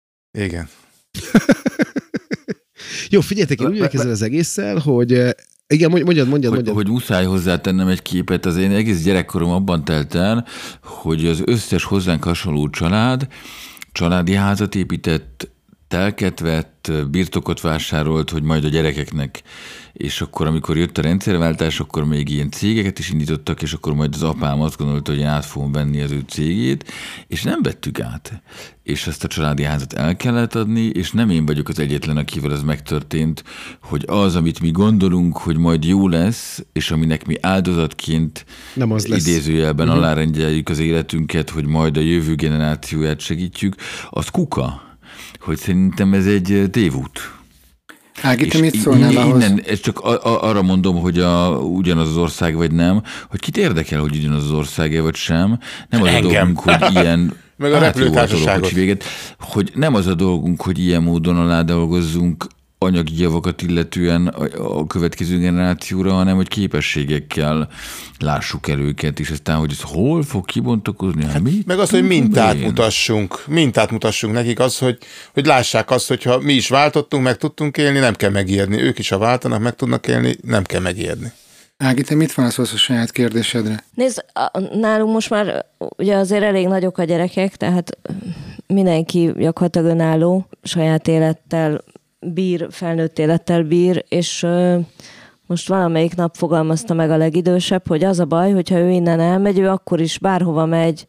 Igen. Jó, figyeljetek, én úgy vagyok ezzel az egésszel, hogy Igen, mondjad, mondjad, hogy, hogy muszáj hozzátennem egy képet. Az én egész gyerekkorom abban telt el, hogy az összes hozzánk hasonló család családi házat épített, telket vett, birtokot vásárolt, hogy majd a gyerekeknek, és akkor, amikor jött a rendszerváltás, akkor még ilyen cégeket is indítottak, és akkor majd az apám azt gondolta, hogy én át fogom venni az ő cégét, és nem vettük át. És ezt a családi házat el kellett adni, és nem én vagyok az egyetlen, akivel ez megtörtént, hogy az, amit mi gondolunk, hogy majd jó lesz, és aminek mi áldozatként nem az lesz. Idézőjelben uh-huh. alárendeljük az életünket, hogy majd a jövő generációját segítjük, az kuka. Hogy szerintem ez egy tévút. Ági, te mit szólnál ahhoz? Innen, ez csak a, a, arra mondom, hogy a, ugyanaz az ország vagy nem, hogy kit érdekel, hogy ugyanaz az ország vagy sem. Nem az Engem. a dolgunk, hogy ilyen... Meg a repülőtársaságot. Véget, hogy nem az a dolgunk, hogy ilyen módon aládolgozzunk anyagi javakat illetően a következő generációra, hanem hogy képességekkel lássuk el őket, és aztán, hogy ez hol fog kibontakozni? Hát, mi? Meg az, hogy mintát én? mutassunk, mintát mutassunk nekik, az, hogy, hogy lássák azt, hogyha mi is váltottunk, meg tudtunk élni, nem kell megírni. Ők is, ha váltanak, meg tudnak élni, nem kell megírni. Ági, te mit válaszolsz a saját kérdésedre? Nézd, nálunk most már ugye azért elég nagyok a gyerekek, tehát mindenki gyakorlatilag önálló, saját élettel bír, felnőtt élettel bír, és ö, most valamelyik nap fogalmazta meg a legidősebb, hogy az a baj, hogyha ő innen elmegy, ő akkor is bárhova megy,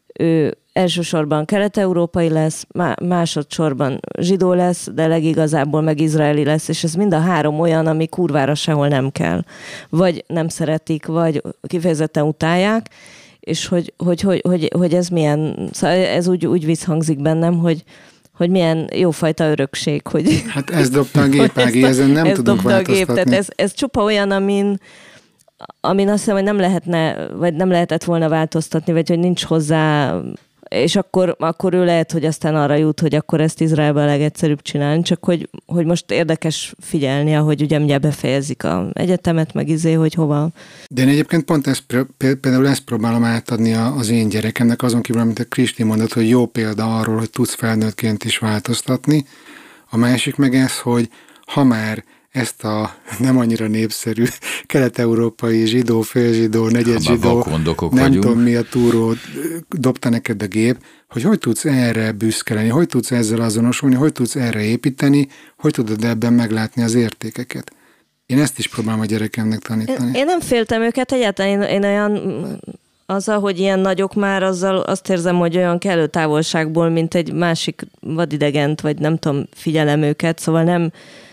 ő elsősorban kelet-európai lesz, má- másodszorban zsidó lesz, de legigazából meg izraeli lesz, és ez mind a három olyan, ami kurvára sehol nem kell. Vagy nem szeretik, vagy kifejezetten utálják, és hogy, hogy, hogy, hogy, hogy ez milyen, szóval ez úgy, úgy visszhangzik bennem, hogy hogy milyen jófajta örökség, hogy... Hát ez dobta a gép, Ági, ezen nem tudunk változtatni. Tehát ez, ez csupa olyan, amin, amin azt hiszem, hogy nem lehetne, vagy nem lehetett volna változtatni, vagy hogy nincs hozzá, és akkor, akkor ő lehet, hogy aztán arra jut, hogy akkor ezt Izraelben a legegyszerűbb csinálni, csak hogy, hogy most érdekes figyelni, ahogy ugye mindjárt befejezik az egyetemet, meg izé, hogy hova. De én egyébként pont ezt, például ezt próbálom átadni az én gyerekemnek, azon kívül, amit a Kristi mondott, hogy jó példa arról, hogy tudsz felnőttként is változtatni. A másik meg ez, hogy ha már ezt a nem annyira népszerű kelet-európai zsidó, félzsidó, negyedzsidó, nem vagyunk. Tudom mi a túró dobta neked a gép, hogy hogy tudsz erre büszke lenni, hogy tudsz ezzel azonosulni, hogy tudsz erre építeni, hogy tudod ebben meglátni az értékeket. Én ezt is próbálom a gyerekemnek tanítani. Én, én nem féltem őket egyáltalán, én, én olyan... Azzal, hogy ilyen nagyok már, azzal azt érzem, hogy olyan kellő távolságból, mint egy másik vadidegent, vagy nem tudom, figyelem őket, szóval nem...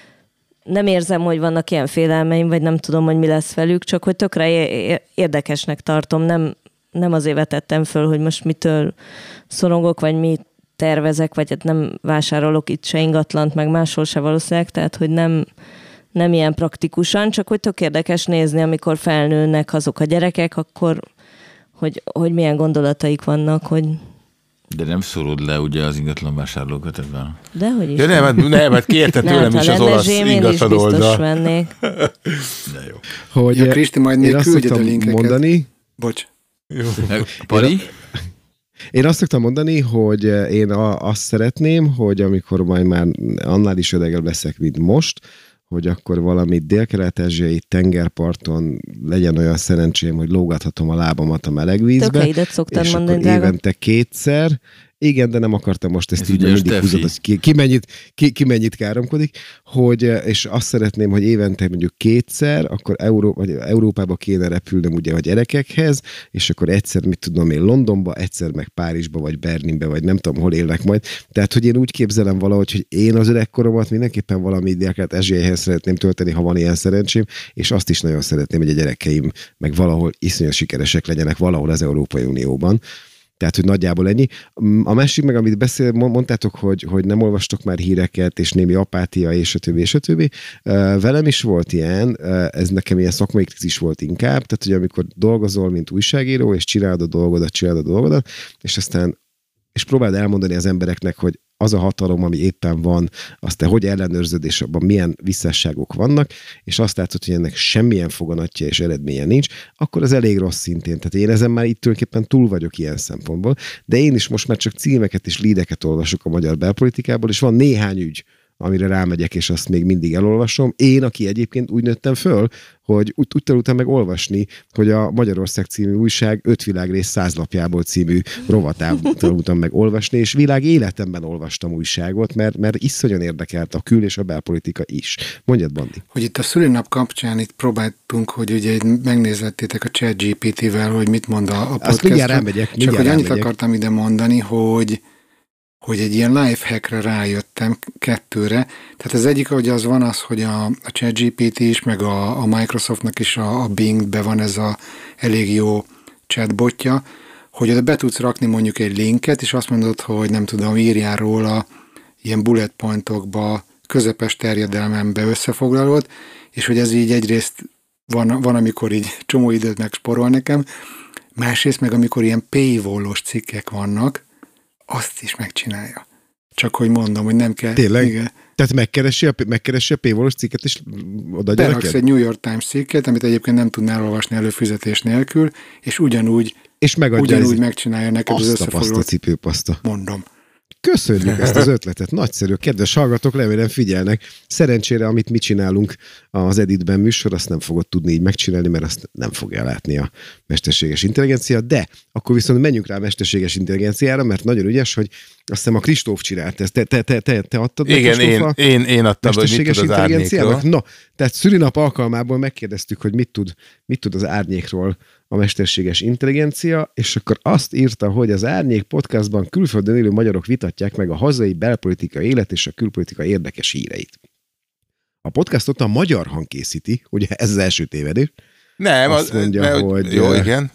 Nem érzem, hogy vannak ilyen félelmeim, vagy nem tudom, hogy mi lesz velük, csak hogy tökre érdekesnek tartom. Nem, nem azért vetettem föl, hogy most mitől szorongok, vagy mit tervezek, vagy hát nem vásárolok itt se ingatlant, meg máshol se valószínűleg, tehát hogy nem, nem ilyen praktikusan, csak hogy tök érdekes nézni, amikor felnőnek azok a gyerekek, akkor hogy, hogy milyen gondolataik vannak, hogy... De nem szólod le ugye az ingatlan vásárlókat ebben? Dehogy is. Ja, nem, hát, nem, hát kérte tőlem nem, is az olasz ingatlan oldal. Vennék. De jó. Hogy ja, Kristi, majd még küldjed a linkeket. Mondani, Bocs. Jó. Pali? Én azt szoktam mondani, hogy én azt szeretném, hogy amikor majd már annál is öregebb leszek, mint most, hogy akkor valami délkelet-ázsiai tengerparton legyen olyan szerencsém, hogy lógathatom a lábamat a meleg vízbe. Tökéletet szoktad és mondani, akkor évente kétszer. Igen, de nem akartam most ezt Ez így mindig húzod, hogy ki, ki, mennyit, ki, ki mennyit káromkodik, hogy, és azt szeretném, hogy évente mondjuk kétszer, akkor Euró, vagy Európába kéne repülnöm ugye a gyerekekhez, és akkor egyszer, mit tudom én, Londonba, egyszer meg Párizsba, vagy Berlinbe, vagy nem tudom, hol élnek majd. Tehát, hogy én úgy képzelem valahogy, hogy én az öregkoromat mindenképpen valami Dél-Kelet-Ázsiaihez szeretném tölteni, ha van ilyen szerencsém, és azt is nagyon szeretném, hogy a gyerekeim meg valahol iszonyos sikeresek legyenek valahol az Európai Unióban. Tehát, hogy nagyjából ennyi. A másik meg, amit beszél, mondtátok, hogy, hogy nem olvastok már híreket, és némi apátia, és a többi, és a többi. Velem is volt ilyen, ez nekem ilyen szakmai krízis volt inkább, tehát, hogy amikor dolgozol, mint újságíró, és csinálod a dolgodat, csinálod a dolgodat, és aztán és próbáld elmondani az embereknek, hogy az a hatalom, ami éppen van, azt te hogy ellenőrzöd, és abban milyen visszásságok vannak, és azt látod, hogy ennek semmilyen foganatja és eredménye nincs, akkor az elég rossz szintén. Tehát én ezen már itt tulajdonképpen túl vagyok ilyen szempontból, de én is most már csak címeket és lídeket olvasok a magyar belpolitikából, és van néhány ügy, amire rámegyek, és azt még mindig elolvasom. Én, aki egyébként úgy nőttem föl, hogy úgy, úgy tanultam meg olvasni, hogy a Magyarország című újság öt világrész száz lapjából című rovatát tanultam meg olvasni, és világ életemben olvastam újságot, mert, mert iszonyan érdekelt a kül- és a belpolitika is. Mondjad, Bandi. Hogy itt a szülinap kapcsán itt próbáltunk, hogy ugye megnézhettétek a ChatGPT-vel, hogy mit mond a, a podcast. Azt mindjárt rámegyek. Csak hogy annyit rámegyek. Akartam ide mondani, hogy hogy egy ilyen lifehackre rájöttem kettőre. Tehát az egyik, hogy az van az, hogy a, a ChatGPT is, meg a, a Microsoftnak is a, a Bingbe van ez a elég jó chatbotja, hogy oda be tudsz rakni mondjuk egy linket, és azt mondod, hogy nem tudom, írjál róla ilyen bullet pointokba, közepes terjedelmembe összefoglalod, és hogy ez így egyrészt van, van amikor így csomó időt megsporol nekem, másrészt meg amikor ilyen paywall-os cikkek vannak, azt is megcsinálja. Csak hogy mondom, hogy nem kell... Tényleg? Igen. Tehát megkeresi a, megkeresi a paywall-os cikket, és odaadja neked? Beraksz egy New York Times cikket, amit egyébként nem tudnál olvasni előfizetés nélkül, és ugyanúgy, és ugyanúgy megcsinálja neked az összefoglalót. Azt a cipőpaszta. Mondom. Köszönjük ezt az ötletet, nagyszerű. Kedves hallgatók, remélem figyelnek. Szerencsére, amit mi csinálunk az Editben műsor, azt nem fogod tudni így megcsinálni, mert azt nem fogja látni a mesterséges intelligencia, de akkor viszont menjünk rá a mesterséges intelligenciára, mert nagyon ügyes, hogy azt hiszem a Kristóf csinált ezt. Te, te, te, te, te adtad meg, igen, én, én, én adtam, hogy mit tud az árnyékról. No, tehát szülinap alkalmából megkérdeztük, hogy mit tud, mit tud az árnyékról a mesterséges intelligencia, és akkor azt írta, hogy az Árnyék podcastban külföldön élő magyarok vitatják meg a hazai belpolitikai élet és a külpolitika érdekes híreit. A podcastot a Magyar Hang készíti, ugye ez az első tévedés. Nem, azt mondja, ne, hogy... Jó, igen.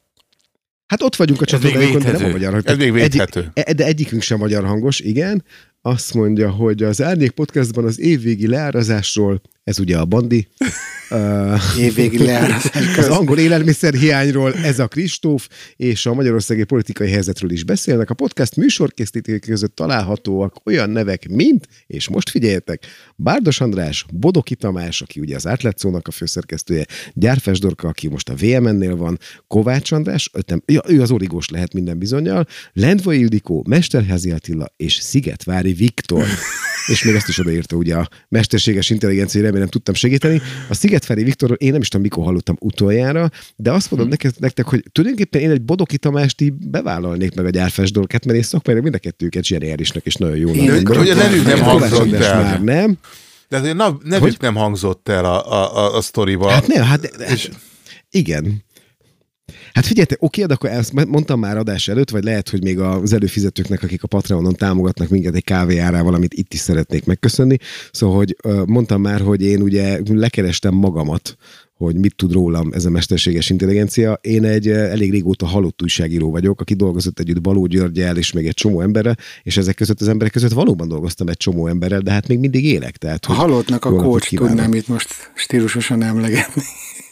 Hát ott vagyunk a csatornájukon, de nem a Magyar Hang. Ez még védhető. Egy, de egyikünk sem magyar hangos, igen. Azt mondja, hogy az Árnyék podcastban az évvégi leárazásról, ez ugye a Bandi, uh, évvégi leárazás. Az angol élelmiszer hiányról ez a Kristóf, és a magyarországi politikai helyzetről is beszélnek. A podcast műsorkészítők között találhatóak olyan nevek, mint, és most figyeljetek, Bárdos András, Bodoki Tamás, aki ugye az Átlátszónak a főszerkesztője, Gyárfás Dorka, aki most a vé em en-nél van, Kovács András, ötem, ja, ő az origós lehet minden bizonnyal, Lendvai Ildikó, Mesterházi Attila és Szigetvári Viktor. És még ezt is odaírta ugye a mesterséges intelligencia, remélem tudtam segíteni. A Szigetvári Viktorról én nem is tudom, mikor hallottam utoljára, de azt mondom nektek, nektek hogy tulajdonképpen én egy Bodoki Tamást így bevállalnék meg a Gyárfás Dorkát, mert én szakmányra mind a kettőket zseniálisnak és nagyon jó. Hogy a nevük nem hangzott el. Már nem. De azért a nevük nem hangzott el a, a, a sztoriba. Hát nem, hát, és... igen. Hát figyeljetek, oké, de akkor ezt mondtam már adás előtt, vagy lehet, hogy még az előfizetőknek, akik a Patreonon támogatnak minket egy kávé árával, amit itt is szeretnék megköszönni. Szóval, hogy mondtam már, hogy én ugye lekerestem magamat, hogy mit tud rólam ez a mesterséges intelligencia. Én egy elég régóta halott újságíró vagyok, aki dolgozott együtt Baló Györgyel és még egy csomó emberrel, és ezek között az emberek között valóban dolgoztam egy csomó emberrel, de hát még mindig élek. Tehát, a halottnak a coach tudnám itt most stílusosan emlegetni.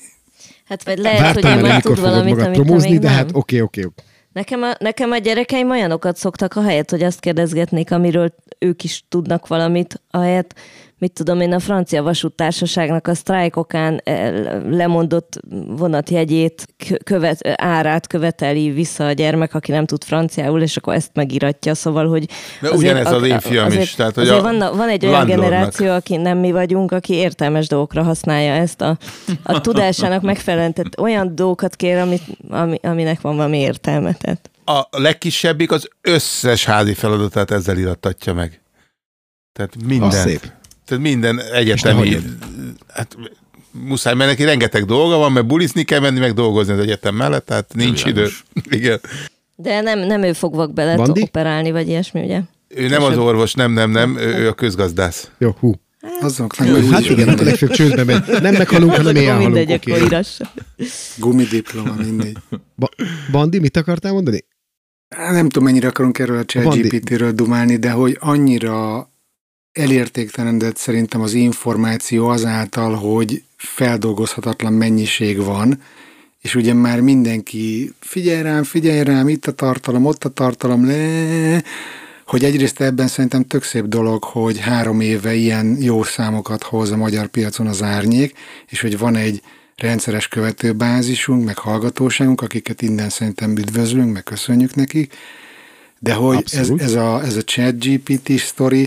Hát vagy lehet, Vártál, hogy ebben tud valamit, amit promózni, még de nem. hát oké, oké. Nekem a, nekem a gyerekeim olyanokat szoktak, ahelyett, hogy azt kérdezgetnék, amiről ők is tudnak valamit, ahelyett, mit tudom én, a francia vasúttársaságnak a sztrájkokán lemondott vonatjegyét, követ, árát követeli vissza a gyermek, aki nem tud franciául, és akkor ezt megíratja, szóval, hogy... De ugyanez az én fiam azért, is. Tehát, hogy van, van egy olyan generáció, aki nem mi vagyunk, aki értelmes dolgokra használja ezt a, a tudásának megfelelően, tehát olyan dolgokat kér, amit, ami, aminek van valami értelme. Tehát. A legkisebbik az összes házi feladatát ezzel irattatja meg. Tehát minden. Szép. Tehát minden egyetemi, hát muszáj, mert neki rengeteg dolga van, mert bulizni kell menni, meg dolgozni az egyetem mellett, tehát nincs idő. Igen. De nem, nem ő fog bele Bandi? operálni, vagy ilyesmi, ugye? Ő nem az orvos, nem, nem, nem, ő, ő a közgazdász. Jó, hú. Azok nem hát, hát igen, a legfőbb csődben megy. Nem meghalunk, hanem ilyen halunk. Okay. Gumidiploma, mindegy. Ba- Bandi, mit akartál mondani? Nem tudom, mennyire akarunk erről a ChatGPT-ről dumálni, de hogy annyira elértéktelenedett szerintem az információ azáltal, hogy feldolgozhatatlan mennyiség van, és ugye már mindenki figyelj rám, figyelj rám, itt a tartalom, ott a tartalom, le, hogy egyrészt ebben szerintem tök szép dolog, hogy három éve ilyen jó számokat hoz a magyar piacon az Árnyék, és hogy van egy rendszeres követőbázisunk, meg hallgatóságunk, akiket innen szerintem üdvözlünk, meg köszönjük nekik, de hogy ez, ez a, ez a ChatGPT sztori,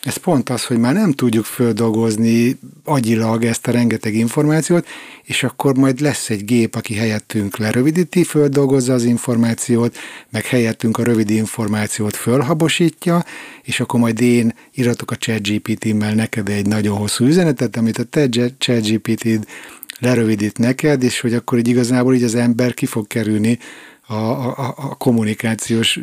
Ez pont az, hogy már nem tudjuk földolgozni agyilag ezt a rengeteg információt, és akkor majd lesz egy gép, aki helyettünk lerövidíti, földolgozza az információt, meg helyettünk a rövid információt fölhabosítja, és akkor majd én iratok a ChatGPT-mel neked egy nagyon hosszú üzenetet, amit a te ChatGPT-d lerövidít neked, és hogy akkor így igazából így az ember ki fog kerülni a, a, a kommunikációs...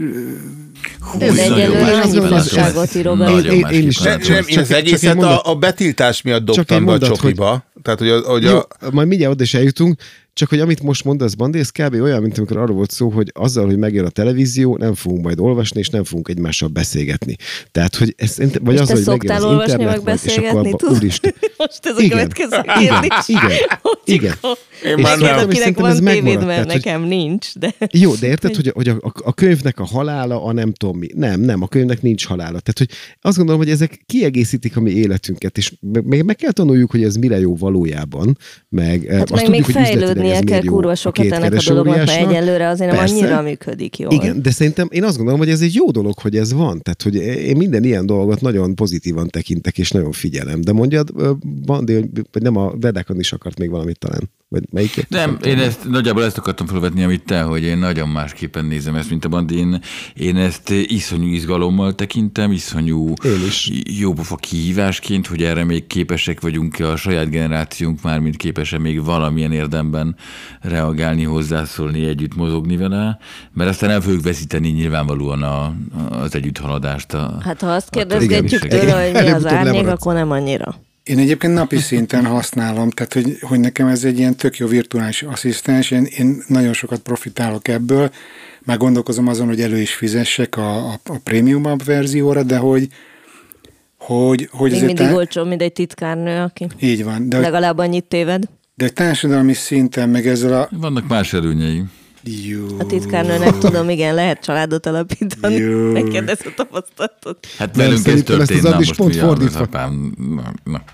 De egyelőre annyi valóságot írogat. Én is. Én az egészet a, a betiltás miatt dobtam be a csokiba. Tehát, hogy a, hogy a... Jó, majd mindjárt oda is eljutunk, csak hogy amit most mondasz, Bandi, ez kb. Olyan, mint amikor arról volt szó, hogy azzal, hogy megjön a televízió, nem fogunk majd olvasni, és nem fogunk egymással beszélgetni. Tehát, hogy ez, vagy és az, te hogy szoktál az olvasni, internet, meg beszélgetni? Akkor, úristen. Most ez a igen, következő kérdés. Igen, igen. Én már nem. Akinek van tévéd, mert nekem nincs. De... Jó, de érted, hogy, a, hogy a, a könyvnek a halála, a nem tudom mi. Nem, nem, a könyvnek nincs halála. Tehát, hogy azt gondolom, hogy ezek kiegészítik a mi életünket, és meg, meg kell tanuljuk, hogy ez mire jó valójában, meg hát azt meg tudjuk, még fejlődnie kell kurva sokat ennek a dolognak, mert egyelőre azért nem persze, annyira működik jól. Igen, de szerintem én azt gondolom, hogy ez egy jó dolog, hogy ez van. Tehát, hogy én minden ilyen dolgot nagyon pozitívan tekintek, és nagyon figyelem. De mondjad, Bandi, hogy nem a Vedekon is akart még valamit talán. Vagy melyik? Nem, én ezt, nagyjából ezt akartam felvetni, amit te, hogy én nagyon másképpen nézem ezt, mint a Bandi. Én, én ezt iszonyú izgalommal tekintem, iszonyú jópofa kihívásként, hogy erre még képesek vagyunk a saját generációnk már, mint képes még valamilyen érdemben reagálni, hozzászólni, együtt mozogni vele, mert aztán el fogjuk veszíteni nyilvánvalóan a, az együtthaladást. A, hát ha azt kérdezgetjük tőle, hogy mi az árnyék, akkor nem annyira. Én egyébként napi szinten használom, tehát hogy, hogy nekem ez egy ilyen tök jó virtuális asszisztens, én, én nagyon sokat profitálok ebből, már gondolkozom azon, hogy elő is fizessek a, a, a prémium verzióra, de hogy hogy, hogy még mindig tá... olcsó, mint egy titkárnő, aki így van, de legalább annyit téved. De társadalmi szinten meg ezzel a... Vannak más előnyei. Jó. A titkárnőnek tudom, igen, lehet családot alapítani. Megkérdez a tapasztalatot. Hát velünk ez történt, na most pont mi fordítva. az apám. Na, na.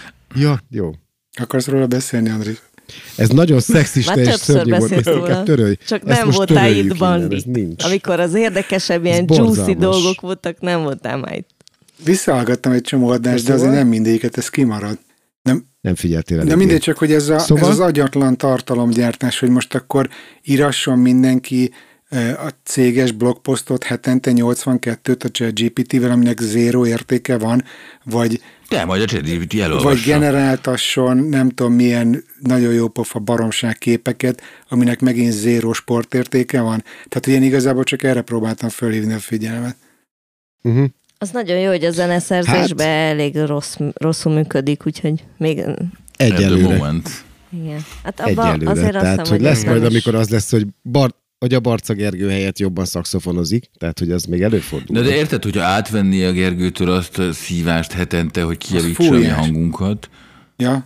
Ja, jó. Akarsz róla beszélni, Andris? Ez nagyon szexista és szörnyű volt, ezt inkább törölj. Csak nem voltál itt, Bandi. Amikor az érdekesebb ilyen juicy dolgok voltak, nem voltál már itt. Visszahallgattam egy csomó adást, de azért nem mindegyiket, ez kimarad. Nem, nem figyeltél el. De mindegy, csak hogy ez, a, szóval? ez az agyatlan tartalomgyártás, hogy most akkor írasson mindenki a céges blogposztot hetente nyolcvankettőt a ChatGPT-vel, aminek zéro értéke van, vagy, de majd a ChatGPT elolvassa. Vagy generáltasson nem tudom milyen nagyon jó pofa baromság képeket, aminek megint zéro sportértéke van. Tehát ilyen igazából csak erre próbáltam fölhívni a figyelmet. Uh-huh. Az nagyon jó, hogy a zeneszerzésben hát, elég rossz, rosszul működik, úgyhogy még... Egyelőre. Igen. Hát abba Egyelőre. Azért Tehát, azt hogy lesz majd, is. Amikor az lesz, hogy, Bar- hogy a Barca Gergő helyett jobban szaxofonozik, tehát, hogy az még előfordul. De, de érted, hogyha átvenni a Gergőtől azt a szívást hetente, hogy kijavítsa a mi hangunkat? Ja.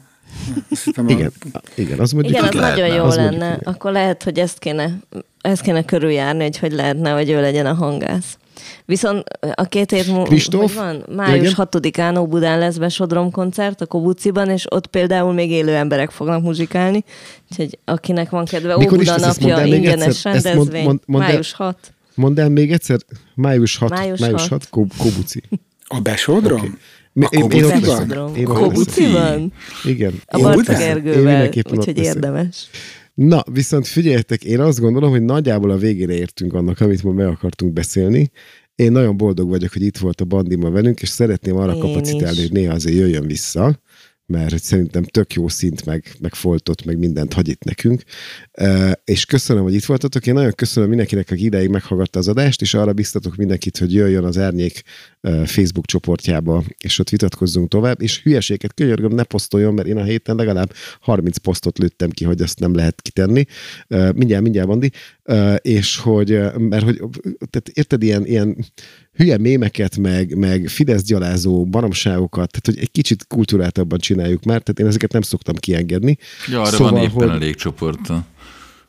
Igen, igen, az mondjuk igen, az nagyon jó az lenne. Mondjuk, akkor lehet, hogy ezt kéne, ezt kéne körüljárni, hogy hogy lehetne, hogy ő legyen a hangász. Viszont a két hét múlva van, május hatodikán Óbudán lesz be Sodrom koncert a Kobuciban, és ott például még élő emberek fognak muzsikálni, úgyhogy akinek van kedve, Óbuda napja, ingyenes rendezvény, mond, mond, május hatodika. Mondd el még egyszer, május hatodika, május hatodika, Kobuci. A Besodrom? Okay. A Kobuciban? Kobuciban? Igen. A Barca Gergővel, úgyhogy érdemes. Na, viszont figyeljetek, én azt gondolom, hogy nagyjából a végére értünk annak, amit ma meg akartunk beszélni. Én nagyon boldog vagyok, hogy itt volt a Bandi ma velünk, és szeretném arra én kapacitálni, is. Hogy néha azért jöjjön vissza, mert szerintem tök jó szint, meg, meg foltot, meg mindent hagy itt nekünk. Uh, és köszönöm, hogy itt voltatok. Én nagyon köszönöm mindenkinek, aki ideig meghallgatta az adást, és arra biztatok mindenkit, hogy jöjjön az Árnyék uh, Facebook csoportjába, és ott vitatkozzunk tovább, és hülyeséget könyörgöm, ne posztoljon, mert én a héten legalább harminc posztot lőttem ki, hogy azt nem lehet kitenni. Uh, mindjárt, mindjárt, Bandi. Uh, és hogy, uh, mert hogy, tehát érted, ilyen, ilyen hülye mémeket, meg, meg Fidesz gyalázó baromságokat, tehát hogy egy kicsit kulturáltabban csináljuk már, tehát én ezeket nem szoktam kiengedni. Ja, arra szóval, van éppen hogy... elég csoport.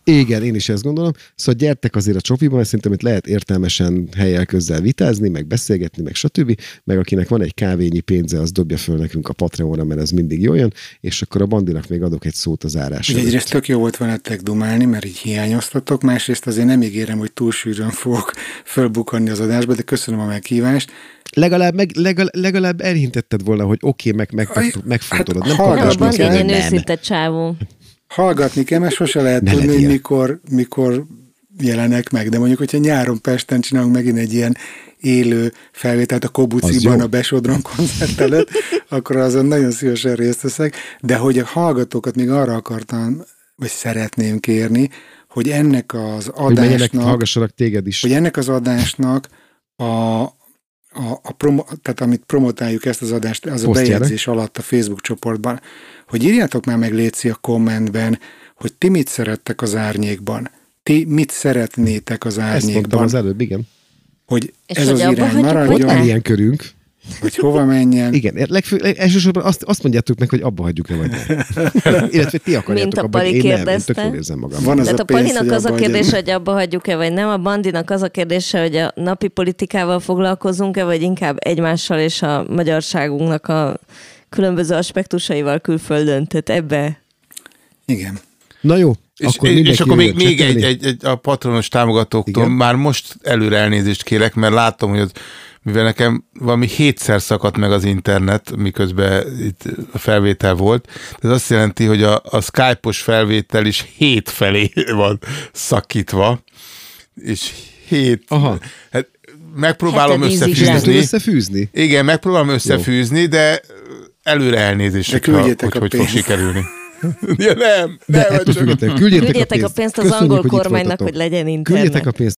Igen, én is ezt gondolom. Szóval gyertek azért a csopiban, mert szerintem itt lehet értelmesen helyel közzel vitázni, meg beszélgetni, meg stb. Meg akinek van egy kávényi pénze, az dobja föl nekünk a Patreonra, mert ez mindig jól jön, és akkor a Bandinak még adok egy szót az árásra. Egyrészt tök jó volt veletek dumálni, mert így hiányoztatok, másrészt azért nem ígérem, hogy túl sűrűn fogok fölbukkanni az adásba, de köszönöm a meghívást. Legalább, meg, legalább, legalább elhintetted volna, hogy oké, okay, meg, meg, meg, megfontolod. Hát, nem a Bandi ilyen őszinte csávó. Hallgatni kell, mert sose lehet ne tudni, hogy mikor, mikor jelenek meg. De mondjuk, hogyha nyáron Pesten csinálunk megint egy ilyen élő felvételt a Kobuciban a Besodron koncert előtt, akkor azon nagyon szívesen részt veszek. De hogy a hallgatókat még arra akartam, vagy szeretném kérni, hogy ennek az adásnak... Hogy hallgassanak téged is. Hogy ennek az adásnak a... A, a promo, tehát amit promotáljuk ezt az adást, az Posztjára. A bejegyzés alatt a Facebook csoportban, hogy írjátok már meg léci a kommentben, hogy ti mit szerettek az árnyékban, ti mit szeretnétek az árnyékban. Ezt mondtam az előbb, igen. Hogy és ez hogy az irány maradjon. Hogy ilyen körünk. Hogy hova menjen. Igen, legfő, leg, elsősorban azt, azt mondjátok meg, hogy abba hagyjuk le vagy nem. Illetve ti akarjátok mint a abba, Pali én kérdezte. nem, én tök jól érzem magam. Van az Tehát a, a Palinak az a kérdés, hagyjuk. hogy abba hagyjuk-e vagy nem, a Bandinak az a kérdése, hogy a napi politikával foglalkozunk-e, vagy inkább egymással és a magyarságunknak a különböző aspektusaival külföldön, tehát ebbe. Igen. Na jó. És, akkor, és akkor még, még egy, egy, egy a patronos támogatóktól igen? Már most előre elnézést kérek, mert látom, hogy az, mivel nekem valami hétszer szakadt meg az internet, miközben itt a felvétel volt, ez azt jelenti, hogy a, a Skype-os felvétel is hét felé van szakítva, és hét... Aha. Hát megpróbálom összefűzni. összefűzni. Igen, megpróbálom összefűzni, jó. De előre elnézést, hogy hogy, hogy fog sikerülni. Ja, nem, nem, de, csak... küldjetek, küldjetek, küldjetek a pénzt, a pénzt az Köszönjük, angol kormánynak, hogy legyen internet. Küldjetek a pénzt